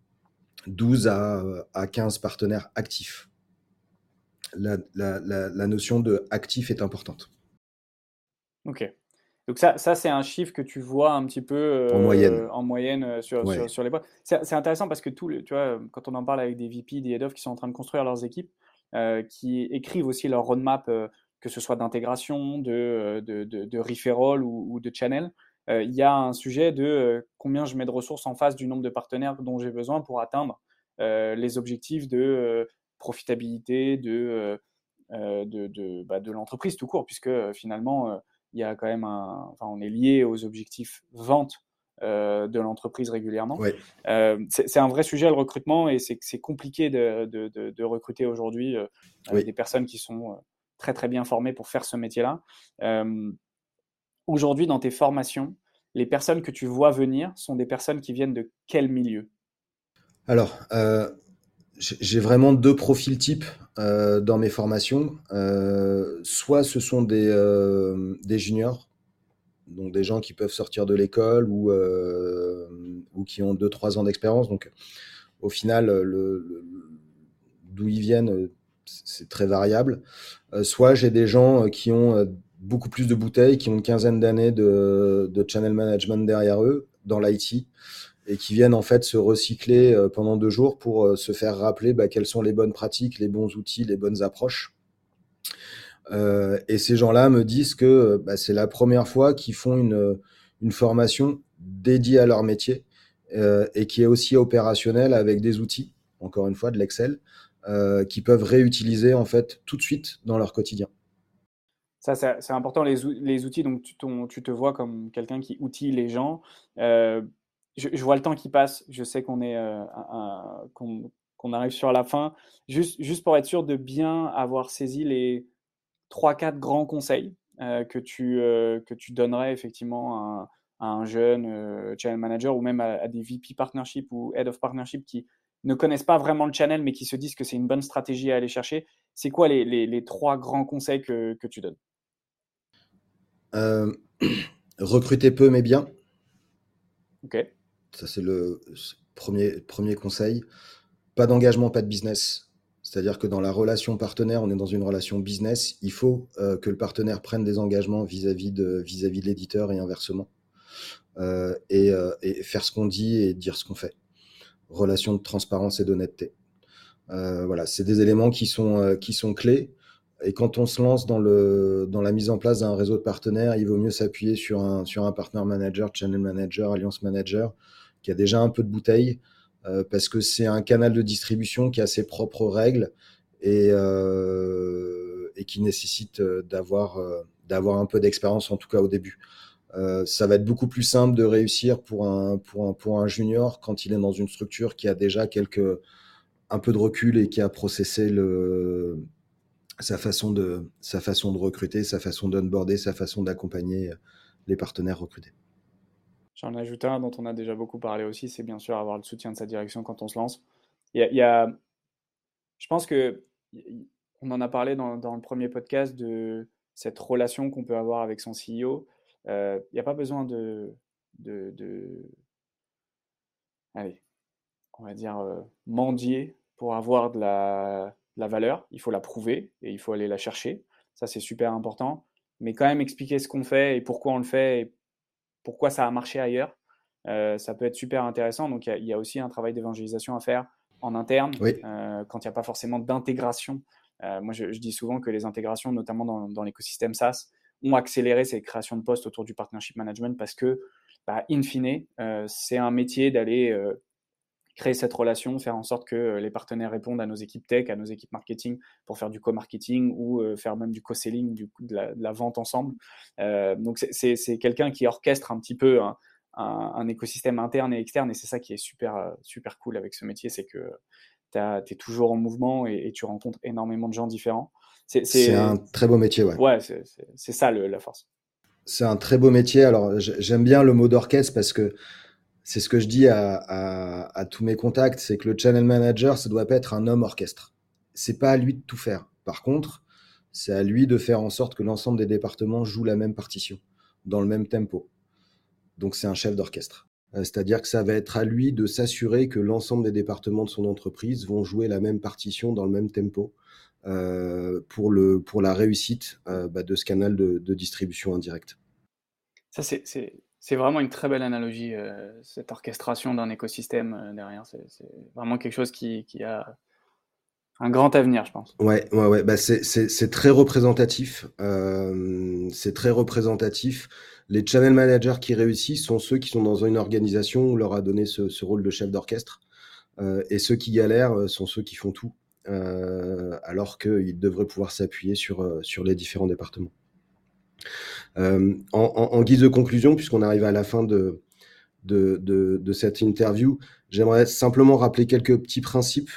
douze à, à quinze partenaires actifs. La, la, la, la notion de actif est importante,
ok. Donc ça, ça c'est un chiffre que tu vois un petit peu
en moyenne.
euh, en moyenne euh, sur, sur,
Ouais,
sur les boîtes. C'est c'est intéressant parce que tout, le- tu vois, quand on en parle avec des V P, des head of qui sont en train de construire leurs équipes, euh, qui écrivent aussi leur roadmap, euh, que ce soit d'intégration, de, euh, de, de, de referral ou, ou de channel, euh, il y a un sujet de euh, combien je mets de ressources en face du nombre de partenaires dont j'ai besoin pour atteindre euh, les objectifs de euh, profitabilité, de, euh, euh, de, de, bah, de l'entreprise tout court, puisque euh, finalement, euh, il y a quand même un, enfin, on est lié aux objectifs vente euh, de l'entreprise régulièrement.
ouais,
Euh, c'est c'est un vrai sujet le recrutement et c'est c'est compliqué de, de, de, de recruter aujourd'hui euh, euh,
oui.
des personnes qui sont euh, très très bien formées pour faire ce métier-là. Euh, Aujourd'hui, dans tes formations, les personnes que tu vois venir sont des personnes qui viennent de quel milieu?
Alors, euh, j'ai j'ai vraiment deux profils types euh, dans mes formations. Euh, soit ce sont des, euh, des juniors, donc des gens qui peuvent sortir de l'école ou, euh, ou qui ont deux trois ans d'expérience. Donc, au final, le, le- d'où ils viennent, euh, c'est très variable. Euh, soit j'ai des gens euh, qui ont euh, beaucoup plus de bouteilles, qui ont une quinzaine d'années de, de channel management derrière eux dans l'I T et qui viennent en fait se recycler euh, pendant deux jours pour euh, se faire rappeler bah, quelles sont les bonnes pratiques, les bons outils, les bonnes approches. Euh, et ces gens-là me disent que euh, bah, c'est la première fois qu'ils font une, une formation dédiée à leur métier euh, et qui est aussi opérationnelle avec des outils, encore une fois de l'Excel, euh, qui peuvent réutiliser en fait tout de suite dans leur quotidien.
Ça, c'est c'est important, les, ou- les outils. Donc, tu, ton- tu te vois comme quelqu'un qui outille les gens. Euh, je, je vois le temps qui passe. Je sais qu'on est, euh, un- un- qu'on, qu'on arrive sur la fin. Juste, juste pour être sûr de bien avoir saisi les trois, quatre grands conseils euh, que tu, euh, que tu donnerais effectivement à un, à un jeune euh, channel manager ou même à, à des V P partnership ou head of partnership qui ne connaissent pas vraiment le channel mais qui se disent que c'est une bonne stratégie à aller chercher. C'est quoi les, les, les trois grands conseils que, que tu donnes?
Euh, recruter peu mais bien,
Ok.
ça c'est le premier, premier conseil. Pas d'engagement, pas de business. C'est-à-dire que dans la relation partenaire, on est dans une relation business. Il faut euh, que le partenaire prenne des engagements vis-à-vis de, vis-à-vis de l'éditeur et inversement. Euh, et, euh, et faire ce qu'on dit et dire ce qu'on fait. Relation de transparence et d'honnêteté. Euh, voilà, c'est des éléments qui sont, euh, qui sont clés. Et quand on se lance dans, le, dans la mise en place d'un réseau de partenaires, il vaut mieux s'appuyer sur un, sur un partner manager, channel manager, alliance manager, qui a déjà un peu de bouteille, euh, parce que c'est un canal de distribution qui a ses propres règles et, euh, et qui nécessite euh, d'avoir euh, d'avoir un peu d'expérience, en tout cas au début. Euh, ça va être beaucoup plus simple de réussir pour un, pour, un, pour un junior quand il est dans une structure qui a déjà quelques, un peu de recul et qui a processé le, sa, façon de, sa façon de recruter, sa façon d'onboarder, sa façon d'accompagner les partenaires recrutés.
J'en ajoute un dont on a déjà beaucoup parlé aussi, c'est bien sûr avoir le soutien de sa direction quand on se lance. Il y a, il y a- je pense que y- on en a parlé dans, dans le premier podcast de cette relation qu'on peut avoir avec son C E O. Euh, Il n'y a pas besoin de, de, de- allez, on va dire, euh, mendier pour avoir de la, de la valeur. Il faut la prouver et il faut aller la chercher. Ça, c'est super important. Mais quand même expliquer ce qu'on fait et pourquoi on le fait et pourquoi ça a marché ailleurs. Euh, ça peut être super intéressant. Donc, il y, a- il y a aussi un travail d'évangélisation à faire en interne
Oui,
euh, quand il n'y a pas forcément d'intégration. Euh, moi, je, je dis souvent que les intégrations, notamment dans, dans l'écosystème SaaS, ont accéléré ces créations de postes autour du partnership management parce que, bah, in fine, euh, c'est un métier d'aller euh, créer cette relation, faire en sorte que euh, les partenaires répondent à nos équipes tech, à nos équipes marketing pour faire du co-marketing ou euh, faire même du co-selling, du, de, la, de la vente ensemble. Euh, donc c'est, c'est quelqu'un qui orchestre un petit peu un, un, un, écosystème interne et externe et c'est ça qui est super, super cool avec ce métier, c'est que tu es toujours en mouvement et, et, tu rencontres énormément de gens différents.
C'est, c'est un très beau métier, ouais.
Ouais, c'est, c'est, c'est ça le, la force.
C'est un très beau métier. Alors j'aime bien le mot d'orchestre parce que c'est ce que je dis à, à, à tous mes contacts, c'est que le channel manager, ça doit pas être un homme orchestre. C'est pas à lui de tout faire. Par contre, c'est à lui de faire en sorte que l'ensemble des départements jouent la même partition, dans le même tempo. Donc c'est un chef d'orchestre. Euh, c'est-à-dire que ça va être à lui de s'assurer que l'ensemble des départements de son entreprise vont jouer la même partition dans le même tempo euh, pour, le, pour la réussite euh, bah, de ce canal de, de distribution indirecte.
Ça, c'est, c'est, c'est vraiment une très belle analogie, euh, cette orchestration d'un écosystème euh, derrière. C'est, c'est vraiment quelque chose qui, qui a un grand avenir, je pense.
Ouais, ouais, ouais. Bah c'est, c'est, c'est très représentatif. Euh, c'est très représentatif. Les channel managers qui réussissent sont ceux qui sont dans une organisation où on leur a donné ce, ce rôle de chef d'orchestre. Euh, et ceux qui galèrent sont ceux qui font tout, euh, alors qu'ils devraient pouvoir s'appuyer sur, euh, sur les différents départements. Euh, en, en, en guise de conclusion, puisqu'on arrive à la fin de, de, de, de cette interview, j'aimerais simplement rappeler quelques petits principes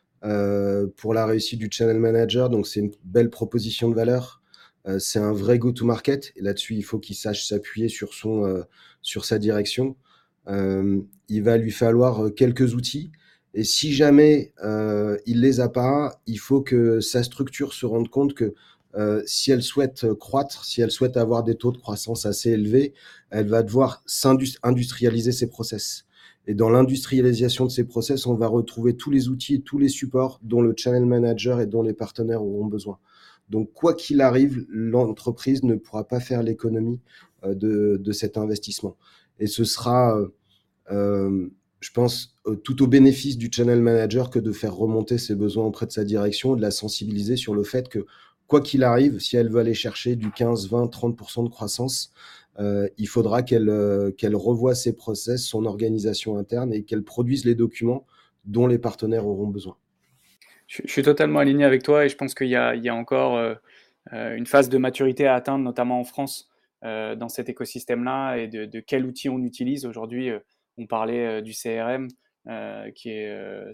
euh, pour la réussite du channel manager. Donc, c'est une belle proposition de valeur. Euh, c'est un vrai go-to-market. Et là-dessus, il faut qu'il sache s'appuyer sur, son, euh, sur sa direction. Euh, il va lui falloir quelques outils. Et si jamais euh, il les a pas, il faut que sa structure se rende compte que euh, si elle souhaite croître, si elle souhaite avoir des taux de croissance assez élevés, elle va devoir industrialiser ses process. Et dans l'industrialisation de ces process, on va retrouver tous les outils et tous les supports dont le channel manager et dont les partenaires auront besoin. Donc, quoi qu'il arrive, l'entreprise ne pourra pas faire l'économie euh, de, de cet investissement. Et ce sera, euh, euh, je pense, euh, tout au bénéfice du channel manager que de faire remonter ses besoins auprès de sa direction et de la sensibiliser sur le fait que, quoi qu'il arrive, si elle veut aller chercher du quinze, vingt, trente pour cent de croissance, euh, il faudra qu'elle euh, qu'elle revoie ses process, son organisation interne et qu'elle produise les documents dont les partenaires auront besoin.
Je, je suis totalement aligné avec toi et je pense qu'il y a, il y a encore euh, euh, une phase de maturité à atteindre, notamment en France, euh, dans cet écosystème-là et de, de quel outil on utilise. Aujourd'hui, euh, on parlait euh, du C R M, euh, qui est euh,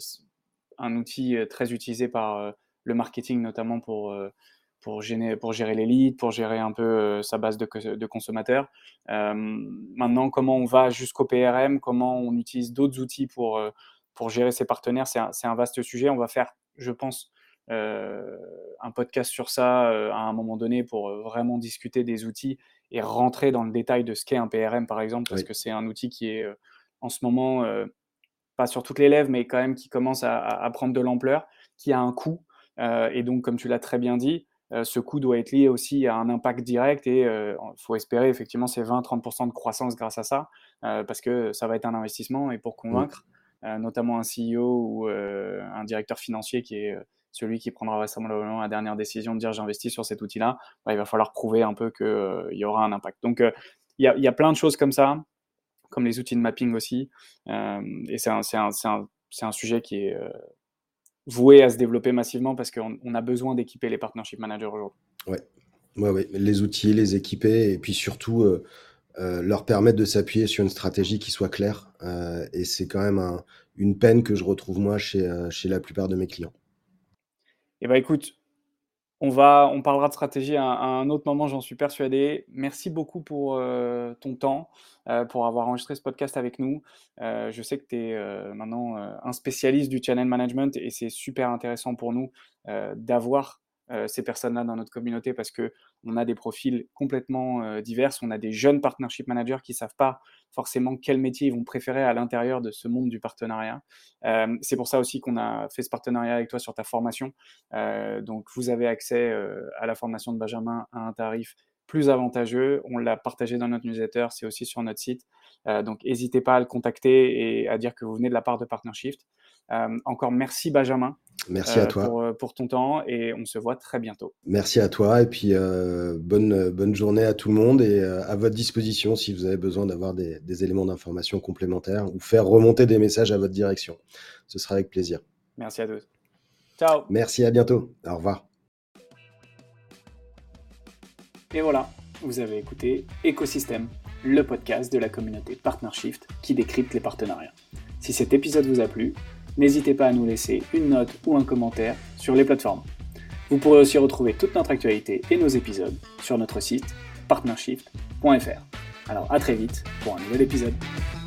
un outil euh, très utilisé par euh, le marketing, notamment pour, euh, pour, gérer, pour gérer les leads, pour gérer un peu euh, sa base de, de consommateurs. Euh, maintenant, comment on va jusqu'au P R M, comment on utilise d'autres outils pour, euh, pour gérer ses partenaires, c'est un, c'est un vaste sujet. On va faire, je pense, euh, un podcast sur ça euh, à un moment donné pour euh, vraiment discuter des outils et rentrer dans le détail de ce qu'est un P R M, par exemple, parce
Oui.
que c'est un outil qui est euh, en ce moment euh, pas sur toutes les lèvres, mais quand même qui commence à, à prendre de l'ampleur, qui a un coût. Euh, et donc, comme tu l'as très bien dit, euh, ce coût doit être lié aussi à un impact direct et il euh, faut espérer effectivement ces vingt à trente pour cent de croissance grâce à ça, euh, parce que ça va être un investissement et pour convaincre, mmh. euh, notamment un C E O ou euh, un directeur financier qui est celui qui prendra vraisemblablement la dernière décision de dire j'investis sur cet outil-là, bah, il va falloir prouver un peu qu'il euh, y aura un impact. Donc, il euh, y, y a plein de choses comme ça, comme les outils de mapping aussi. Euh, et c'est un, c'est un, c'est un, c'est un sujet qui est euh, voué à se développer massivement parce qu'on on a besoin d'équiper les partnership managers aujourd'hui.
Ouais, ouais, ouais. Les outils, les équiper et puis surtout euh, euh, leur permettre de s'appuyer sur une stratégie qui soit claire. Euh, et c'est quand même un- une peine que je retrouve moi chez, euh, chez la plupart de mes clients.
Et bah écoute, on va, on parlera de stratégie à, un à un autre moment, j'en suis persuadé. Merci beaucoup pour euh, ton temps, euh, pour avoir enregistré ce podcast avec nous. Euh, je sais que tu es euh, maintenant euh, un spécialiste du channel management et c'est super intéressant pour nous euh, d'avoir euh, ces personnes-là dans notre communauté parce que on a des profils complètement euh, divers. On a des jeunes partnership managers qui savent pas forcément quel métier ils vont préférer à l'intérieur de ce monde du partenariat. Euh, c'est pour ça aussi qu'on a fait ce partenariat avec toi sur ta formation. Euh, donc, vous avez accès euh, à la formation de Benjamin à un tarif plus avantageux. On l'a partagé dans notre newsletter, c'est aussi sur notre site. Euh, donc, n'hésitez pas à le contacter et à dire que vous venez de la part de PartnerShift. Euh, encore merci Benjamin
Merci à
euh,
toi.
pour, pour ton temps et on se voit très bientôt.
Merci à toi et puis euh, bonne, bonne journée à tout le monde et euh, à votre disposition si vous avez besoin d'avoir des, des éléments d'information complémentaires ou faire remonter des messages à votre direction. Ce sera avec plaisir.
Merci à tous. Ciao.
Merci, à bientôt. Au revoir.
Et voilà, vous avez écouté Écosystème, le podcast de la communauté PartnerShift qui décrypte les partenariats. Si cet épisode vous a plu, n'hésitez pas à nous laisser une note ou un commentaire sur les plateformes. Vous pourrez aussi retrouver toute notre actualité et nos épisodes sur notre site partnershift point f r. Alors à très vite pour un nouvel épisode.